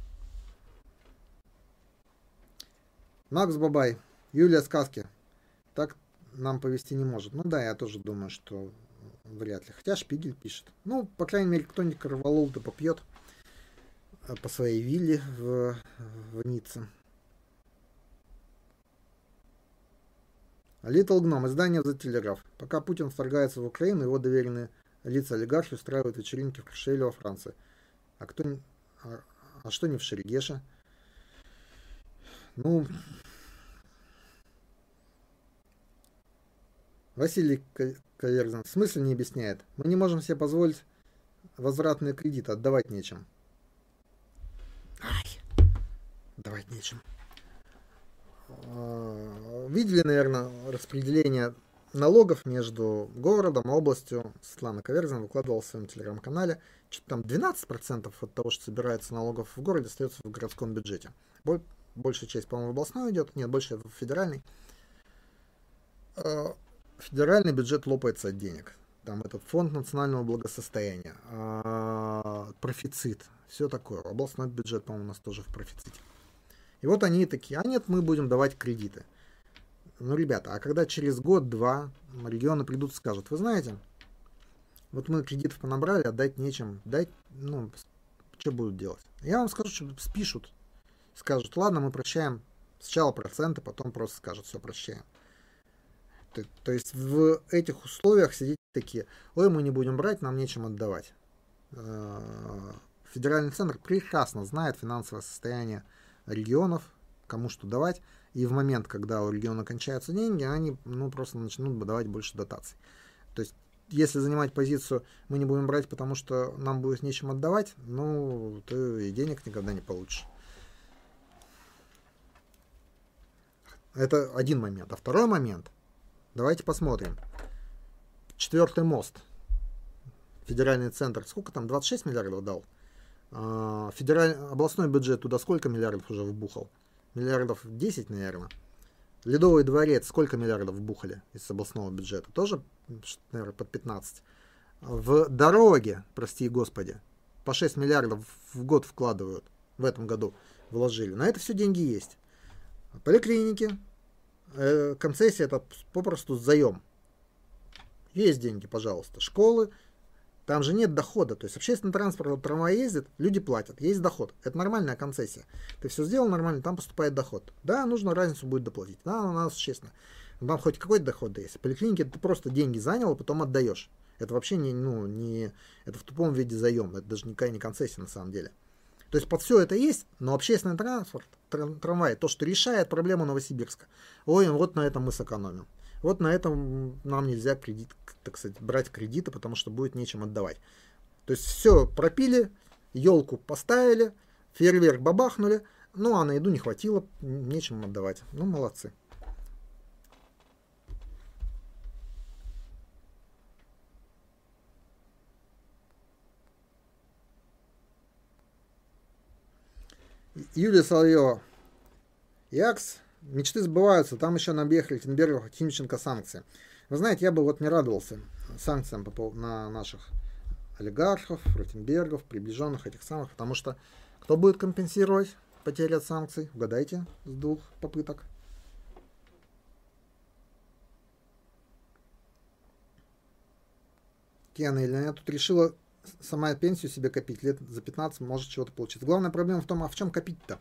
Speaker 1: Макс Бабай. Юлия Сказки. Так нам повести не может. Ну да, я тоже думаю, что вряд ли. Хотя Шпигель пишет. Ну, по крайней мере, кто-нибудь корвалол-то попьет по своей вилле в Ницце. Little Gnome. Издание The Telegraph. Пока Путин вторгается в Украину, его доверенные лица олигархи устраивают вечеринки в Крушеле во Франции. А что не в Шерегеше? Ну, Василий Каверзин в смысле не объясняет. Мы не можем себе позволить возвратные кредиты, отдавать нечем. Отдавать нечем. Видели, наверное, распределение налогов между городом и областью. Светлана Каверзина выкладывала в своем телеграм-канале что-то там 12% от того, что собирается налогов в городе, остается в городском бюджете. Большая часть, по-моему, в областной идет, нет, больше в федеральный. Федеральный бюджет лопается от денег. Там этот фонд национального благосостояния, профицит, все такое. Областной бюджет, по-моему, у нас тоже в профиците. И вот они такие, а нет, мы будем давать кредиты. Ну, ребята, а когда через год-два регионы придут и скажут, вы знаете, вот мы кредитов понабрали, отдать нечем, дать, ну, что будут делать? Я вам скажу, что спишут, скажут, ладно, мы прощаем сначала проценты, потом просто скажут, все, прощаем. То есть в этих условиях сидите такие, ой, мы не будем брать, нам нечем отдавать. Федеральный центр прекрасно знает финансовое состояние регионов, кому что давать, и в момент, когда у региона кончаются деньги, они просто начнут давать больше дотаций. То есть, если занимать позицию, мы не будем брать, потому что нам будет нечем отдавать, ну, ты и денег никогда не получишь. Это один момент. А второй момент, давайте посмотрим. 4-й мост. Федеральный центр, сколько там, 26 миллиардов дал? Областной бюджет туда сколько миллиардов уже вбухал? Миллиардов 10, наверное. Ледовый дворец сколько миллиардов вбухали из областного бюджета? Тоже, наверное, под 15. В дороге, прости господи, по 6 миллиардов в год вкладывают. В этом году вложили. На это все деньги есть. Поликлиники, концессия — это попросту заем. Есть деньги, пожалуйста. Школы, там же нет дохода. То есть общественный транспорт, трамвай ездит, люди платят, есть доход. Это нормальная концессия. Ты все сделал нормально, там поступает доход. Да, нужно разницу будет доплатить. Да, у нас честно. Там хоть какой-то доход есть. В поликлинике ты просто деньги занял, а потом отдаешь. Это вообще это в тупом виде заем. Это даже никакая не концессия на самом деле. То есть под все это есть, но общественный транспорт, трамвай, то, что решает проблему Новосибирска. Ой, вот на этом мы сэкономим. Вот на этом нам нельзя так сказать, брать кредиты, потому что будет нечем отдавать. То есть все пропили, елку поставили, фейерверк бабахнули, ну а на еду не хватило, нечем отдавать. Ну, молодцы. Юлия Соловьева. Якс. Мечты сбываются, там еще на Бехрельтенбергах, Тимченко санкции. Вы знаете, я бы вот не радовался санкциям на наших олигархов, Ротенбергов, приближенных этих самых, потому что кто будет компенсировать потери от санкций? Угадайте с 2 попыток. Кена или я тут решила сама пенсию себе копить, лет за 15 может чего-то получиться. Главная проблема в том, а в чем копить-то?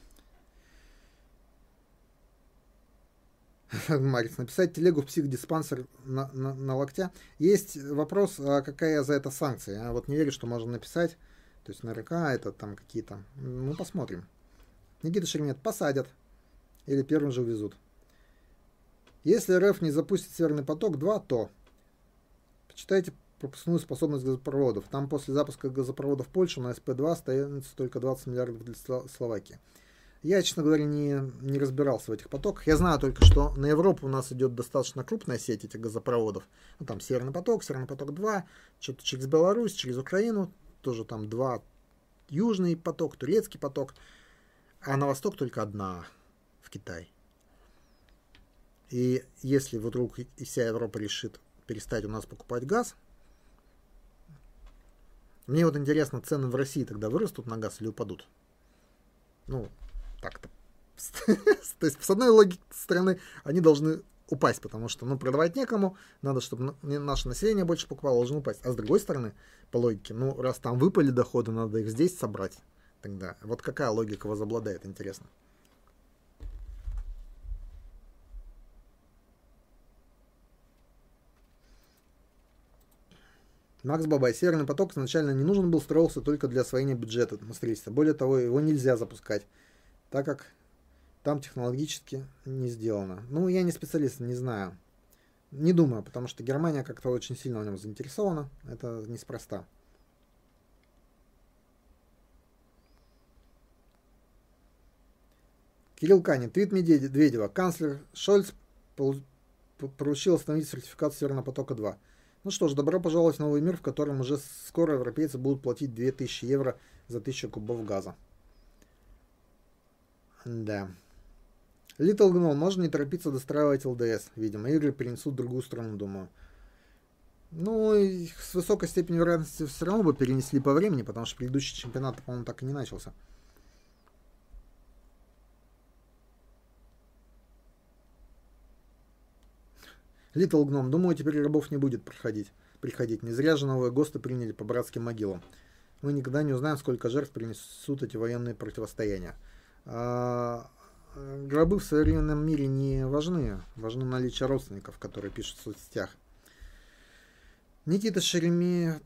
Speaker 1: Марис, написать телегу в психдиспансер на локтя. Есть вопрос, а какая за это санкция? Я вот не верю, что можно написать. То есть на РК это там какие-то... Ну, посмотрим. Никита Шеремет, посадят. Или первым же увезут. Если РФ не запустит Северный поток-2, то... Почитайте пропускную способность газопроводов. Там после запуска газопровода в Польшу на СП-2 остается только 20 миллиардов для Словакии. Я, честно говоря, не разбирался в этих потоках. Я знаю только, что на Европу у нас идет достаточно крупная сеть этих газопроводов. Ну, там Северный поток-2, что-то через Беларусь, через Украину. Тоже там 2. Южный поток, турецкий поток. А на восток только одна в Китай. И если вдруг и вся Европа решит перестать у нас покупать газ, мне вот интересно, цены в России тогда вырастут на газ или упадут? Ну, так-то. То есть, с одной стороны, они должны упасть, потому что, продавать некому, надо, чтобы наше население больше покупало, должно упасть. А с другой стороны, по логике, раз там выпали доходы, надо их здесь собрать. Тогда вот какая логика возобладает, интересно. Макс Бабай. Северный поток изначально не нужен был, строился только для освоения бюджета строительства. Более того, его нельзя запускать, так как там технологически не сделано. Я не специалист, не знаю. Не думаю, потому что Германия как-то очень сильно в нем заинтересована. Это неспроста. Кирилл Канин. Твит Медведева. Канцлер Шольц поручил остановить сертификат Северного потока-2. Ну что ж, добро пожаловать в новый мир, в котором уже скоро европейцы будут платить 2000 евро за 1000 кубов газа. Да. Little Gnome, можно не торопиться достраивать ЛДС. Видимо, игры перенесут в другую страну, думаю. Ну, и с высокой степенью вероятности все равно бы перенесли по времени, потому что предыдущий чемпионат, по-моему, так и не начался. Little Gnome, думаю, теперь рабов не будет приходить. Не зря же новые ГОСТы приняли по братским могилам. Мы никогда не узнаем, сколько жертв принесут эти военные противостояния. Гробы в современном мире не важны. Важно наличие родственников, которые пишут в соцсетях. Никита Шеремет.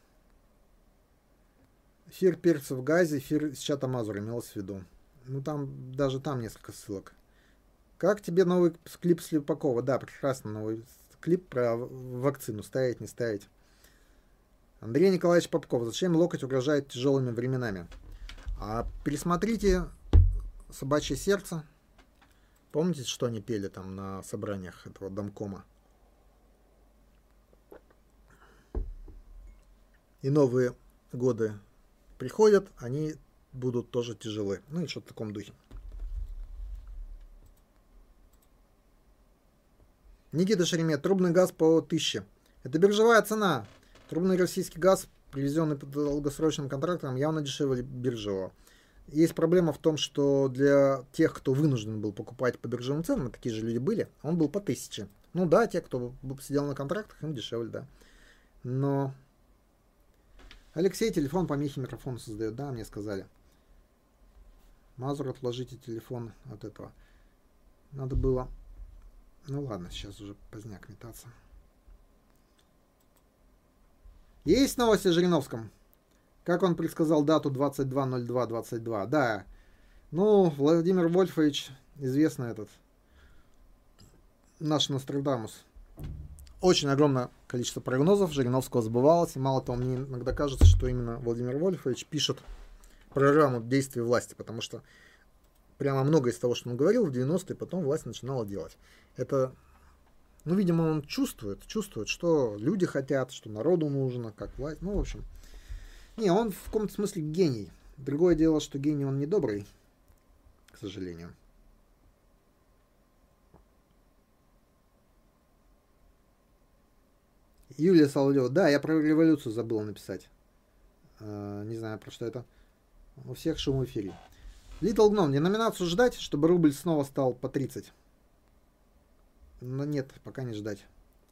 Speaker 1: Эфир перца в газе, эфир с чата Мазур имелось в виду. Ну, там, даже там несколько ссылок. Как тебе новый клип Слепакова? Да, прекрасно, новый клип про вакцину. Ставить, не ставить. Андрей Николаевич Попков. Зачем локоть угрожает тяжелыми временами? Пересмотрите «Собачье сердце». Помните, что они пели там на собраниях этого домкома? И новые годы приходят, они будут тоже тяжелы. Ну и что-то в таком духе. Никита Шеремет. Трубный газ по 1000. Это биржевая цена. Трубный российский газ, привезенный по долгосрочным контрактам, явно дешевле биржевого. Есть проблема в том, что для тех, кто вынужден был покупать по биржевым ценам, такие же люди были, он был по 1000. Ну да, те, кто сидел на контрактах, им дешевле, да. Но... Алексей, телефон помехи микрофона создает. Да, мне сказали. Мазур, отложите телефон от этого. Надо было... Ну ладно, сейчас уже поздняк метаться. Есть новости о Жириновском? Как он предсказал дату 22.02.22? Да. Ну, Владимир Вольфович, известный этот, наш Нострадамус. Очень огромное количество прогнозов Жириновского сбывалось. И мало того, мне иногда кажется, что именно Владимир Вольфович пишет программу действий власти, потому что прямо многое из того, что он говорил в 90-е, потом власть начинала делать. Это, ну, видимо, он чувствует, что люди хотят, что народу нужно, как власть. Ну, в общем. Не, он в каком-то смысле гений. Другое дело, что гений он не добрый, к сожалению. Юлия Соловьева. Да, я про революцию забыл написать. Не знаю, про что это. У всех шум в эфире. Little Gnome. Деноминацию ждать, чтобы рубль снова стал по 30? Но нет, пока не ждать.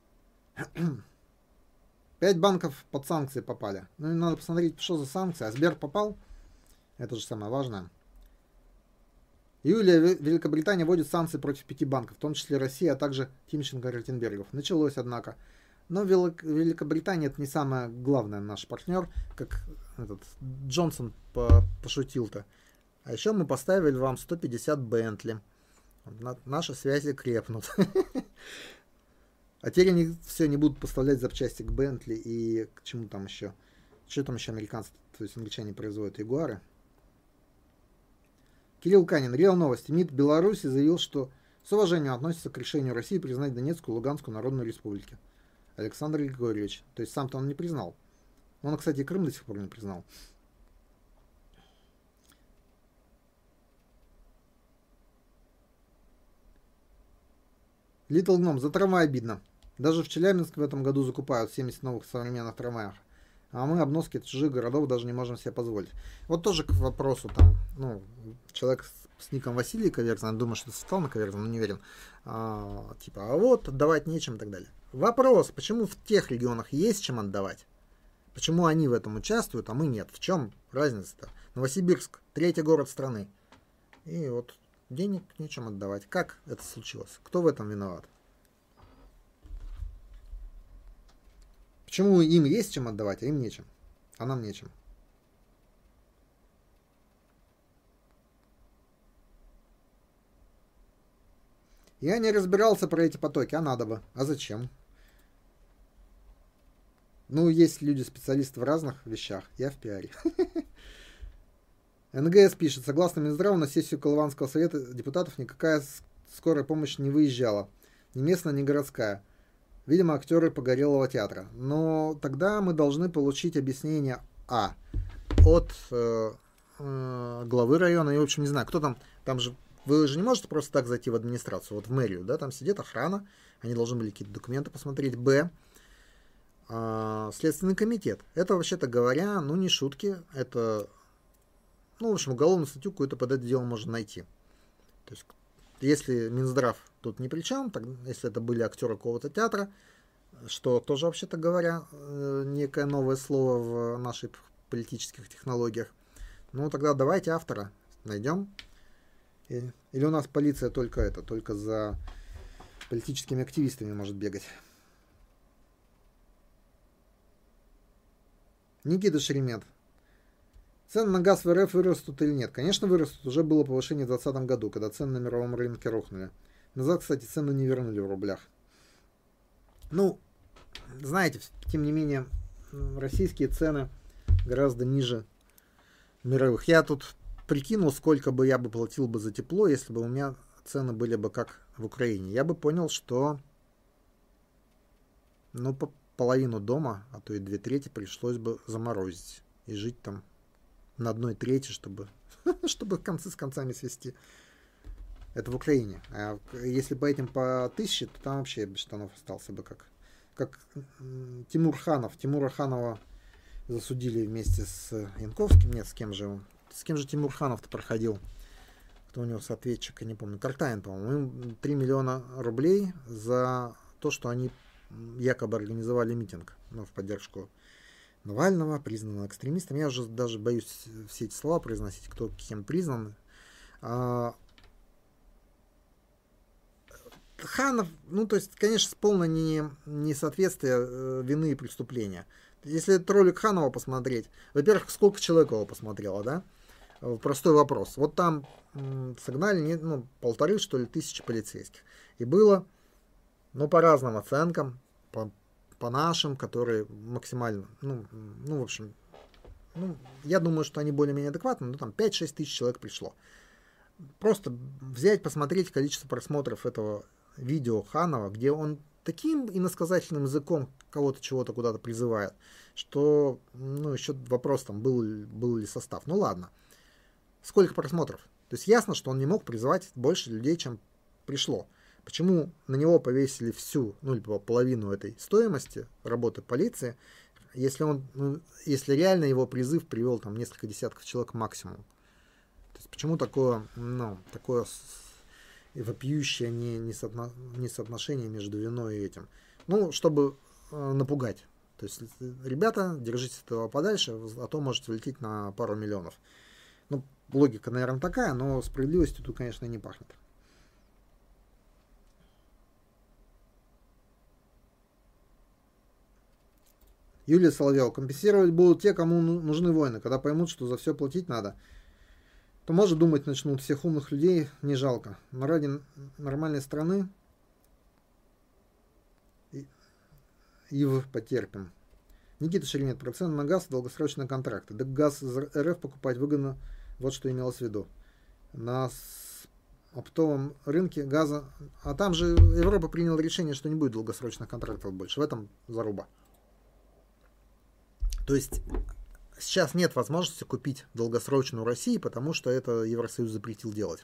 Speaker 1: 5 банков под санкции попали. Ну, надо посмотреть, что за санкции. А Сбер попал? Это же самое важное. Июля Великобритания вводит санкции против 5 банков, в том числе России, а также Тимченко и Ротенбергов. Началось, однако. Но Великобритания это не самый главный наш партнер, как этот Джонсон пошутил-то. А еще мы поставили вам 150 Бентли. Наши связи крепнут. А теперь они все не будут поставлять запчасти к Бентли и к чему там еще. Что там еще американцы, то есть англичане производят ягуары. Кирилл Канин. РИА Новости. МИД Беларуси заявил, что с уважением относится к решению России признать Донецкую и Луганскую народную республики. Александр Григорьевич. То есть сам-то он не признал. Он, кстати, и Крым до сих пор не признал. Little Gnome. За трамвай обидно. Даже в Челябинске в этом году закупают 70 новых современных трамваев. А мы обноски чужих городов даже не можем себе позволить. Вот тоже к вопросу там, ну, человек с ником Василий Каверзин, думаю, что это Светлана Каверзин, но не уверен. Типа, а вот отдавать нечем и так далее. Вопрос, почему в тех регионах есть чем отдавать? Почему они в этом участвуют, а мы нет? В чем разница-то? Новосибирск, 3-й город страны. И вот денег нечем отдавать. Как это случилось? Кто в этом виноват? Почему им есть чем отдавать, а им нечем? А нам нечем. Я не разбирался про эти потоки, а надо бы. А зачем? Ну, есть люди-специалисты в разных вещах. Я в пиаре. НГС пишет. Согласно Минздраву, на сессию Колыванского совета депутатов никакая скорая помощь не выезжала. Ни местная, ни городская. Видимо, актеры Погорелого театра. Но тогда мы должны получить объяснение от главы района. И, в общем, не знаю, кто там же, вы же не можете просто так зайти в администрацию, вот в мэрию, да, там сидит охрана, они должны были какие-то документы посмотреть. Следственный комитет. Это, вообще-то говоря, ну, не шутки, это, ну, в общем, уголовную статью какую-то под это дело можно найти. То есть, если Минздрав тут ни при чем, если это были актеры какого-то театра, что тоже, вообще-то говоря, некое новое слово в наших политических технологиях, ну, тогда давайте автора найдем. Или у нас полиция только за политическими активистами может бегать. Никита Шеремет. Цены на газ в РФ вырастут или нет? Конечно, вырастут. Уже было повышение в 2020 году, когда цены на мировом рынке рухнули. Назад, кстати, цены не вернули в рублях. Ну, знаете, тем не менее, российские цены гораздо ниже мировых. Я тут прикинул, сколько бы я бы платил бы за тепло, если бы у меня цены были бы как в Украине. Я бы понял, что половину дома, а то и 2/3 пришлось бы заморозить и жить там на 1/3, чтобы концы с концами свести. Это в Украине. А если по 1000, то там вообще без штанов остался бы как Тимур Ханов. Тимура Ханова засудили вместе с Янковским. Нет, с кем же Тимур Ханов-то проходил? Кто у него соответчик, я не помню. Картайн, по-моему. 3 миллиона рублей за то, что они якобы организовали митинг, в поддержку Навального, признанного экстремистом. Я уже даже боюсь все эти слова произносить, кто кем признан. Ханов, то есть, конечно, полное несоответствие вины и преступления. Если этот ролик Ханова посмотреть, во-первых, сколько человек его посмотрело, да? Простой вопрос. Вот там согнали 1500, что ли, тысячи полицейских. И было, по разным оценкам, по нашим, которые максимально, в общем, я думаю, что они более-менее адекватны, там 5-6 тысяч человек пришло. Просто взять, посмотреть количество просмотров этого видео Ханова, где он таким иносказательным языком кого-то чего-то куда-то призывает, что, еще вопрос там, был ли состав. Ну ладно. Сколько просмотров? То есть ясно, что он не мог призывать больше людей, чем пришло. Почему на него повесили всю, либо половину этой стоимости работы полиции, если реально его призыв привел там несколько десятков человек максимум? То есть почему такое вопиющее несоотношение между виной и этим? Чтобы напугать. То есть, ребята, держитесь этого подальше, а то можете влететь на пару миллионов. Логика, наверное, такая, но справедливостью тут, конечно, не пахнет. Юлия Соловьева. Компенсировать будут те, кому нужны войны. Когда поймут, что за все платить надо, то, может, думать начнут. Всех умных людей не жалко. Но ради нормальной страны потерпим. Никита Шеремет. Про цены на газ и долгосрочные контракты. Да газ из РФ покупать выгодно. Вот что имелось в виду. На оптовом рынке газа. А там же Европа приняла решение, что не будет долгосрочных контрактов больше. В этом заруба. То есть сейчас нет возможности купить долгосрочную Россию, потому что это Евросоюз запретил делать.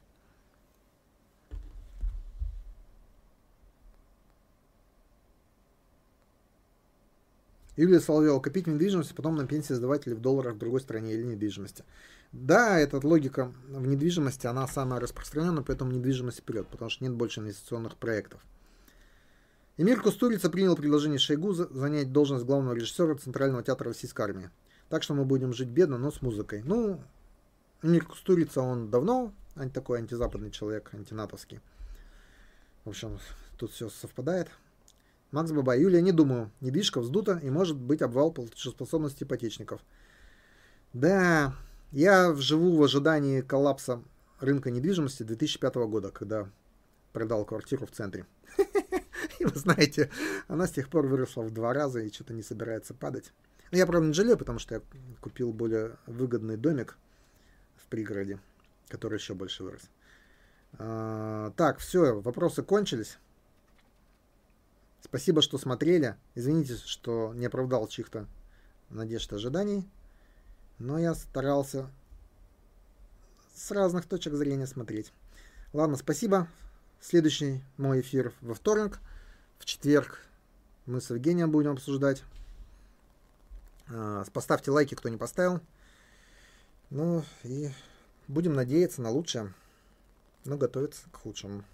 Speaker 1: Юлия Соловьева. Копить недвижимость, потом на пенсии сдавать или в долларах в другой стране или недвижимости. Да, эта логика в недвижимости, она самая распространенная, поэтому недвижимость вперед, потому что нет больше инвестиционных проектов. Эмир Кустурица принял предложение Шойгу занять должность главного режиссера Центрального театра Российской армии. Так что мы будем жить бедно, но с музыкой. Эмир Кустурица, он давно такой антизападный человек, антинатовский. В общем, тут все совпадает. Макс Бабай. Юлия, не думаю. Недвижка вздута и может быть обвал платежеспособности ипотечников. Да, я живу в ожидании коллапса рынка недвижимости 2005 года, когда продал квартиру в центре. И вы знаете, она с тех пор выросла в 2 раза и что-то не собирается падать. Я, правда, не жалею, потому что я купил более выгодный домик в пригороде, который еще больше вырос. Так, все, вопросы кончились. Спасибо, что смотрели. Извините, что не оправдал чьих-то надежд и ожиданий. Но я старался с разных точек зрения смотреть. Ладно, спасибо. Следующий мой эфир во вторник. В четверг мы с Евгением будем обсуждать. Поставьте лайки, кто не поставил. Ну и будем надеяться на лучшее, но готовиться к худшему.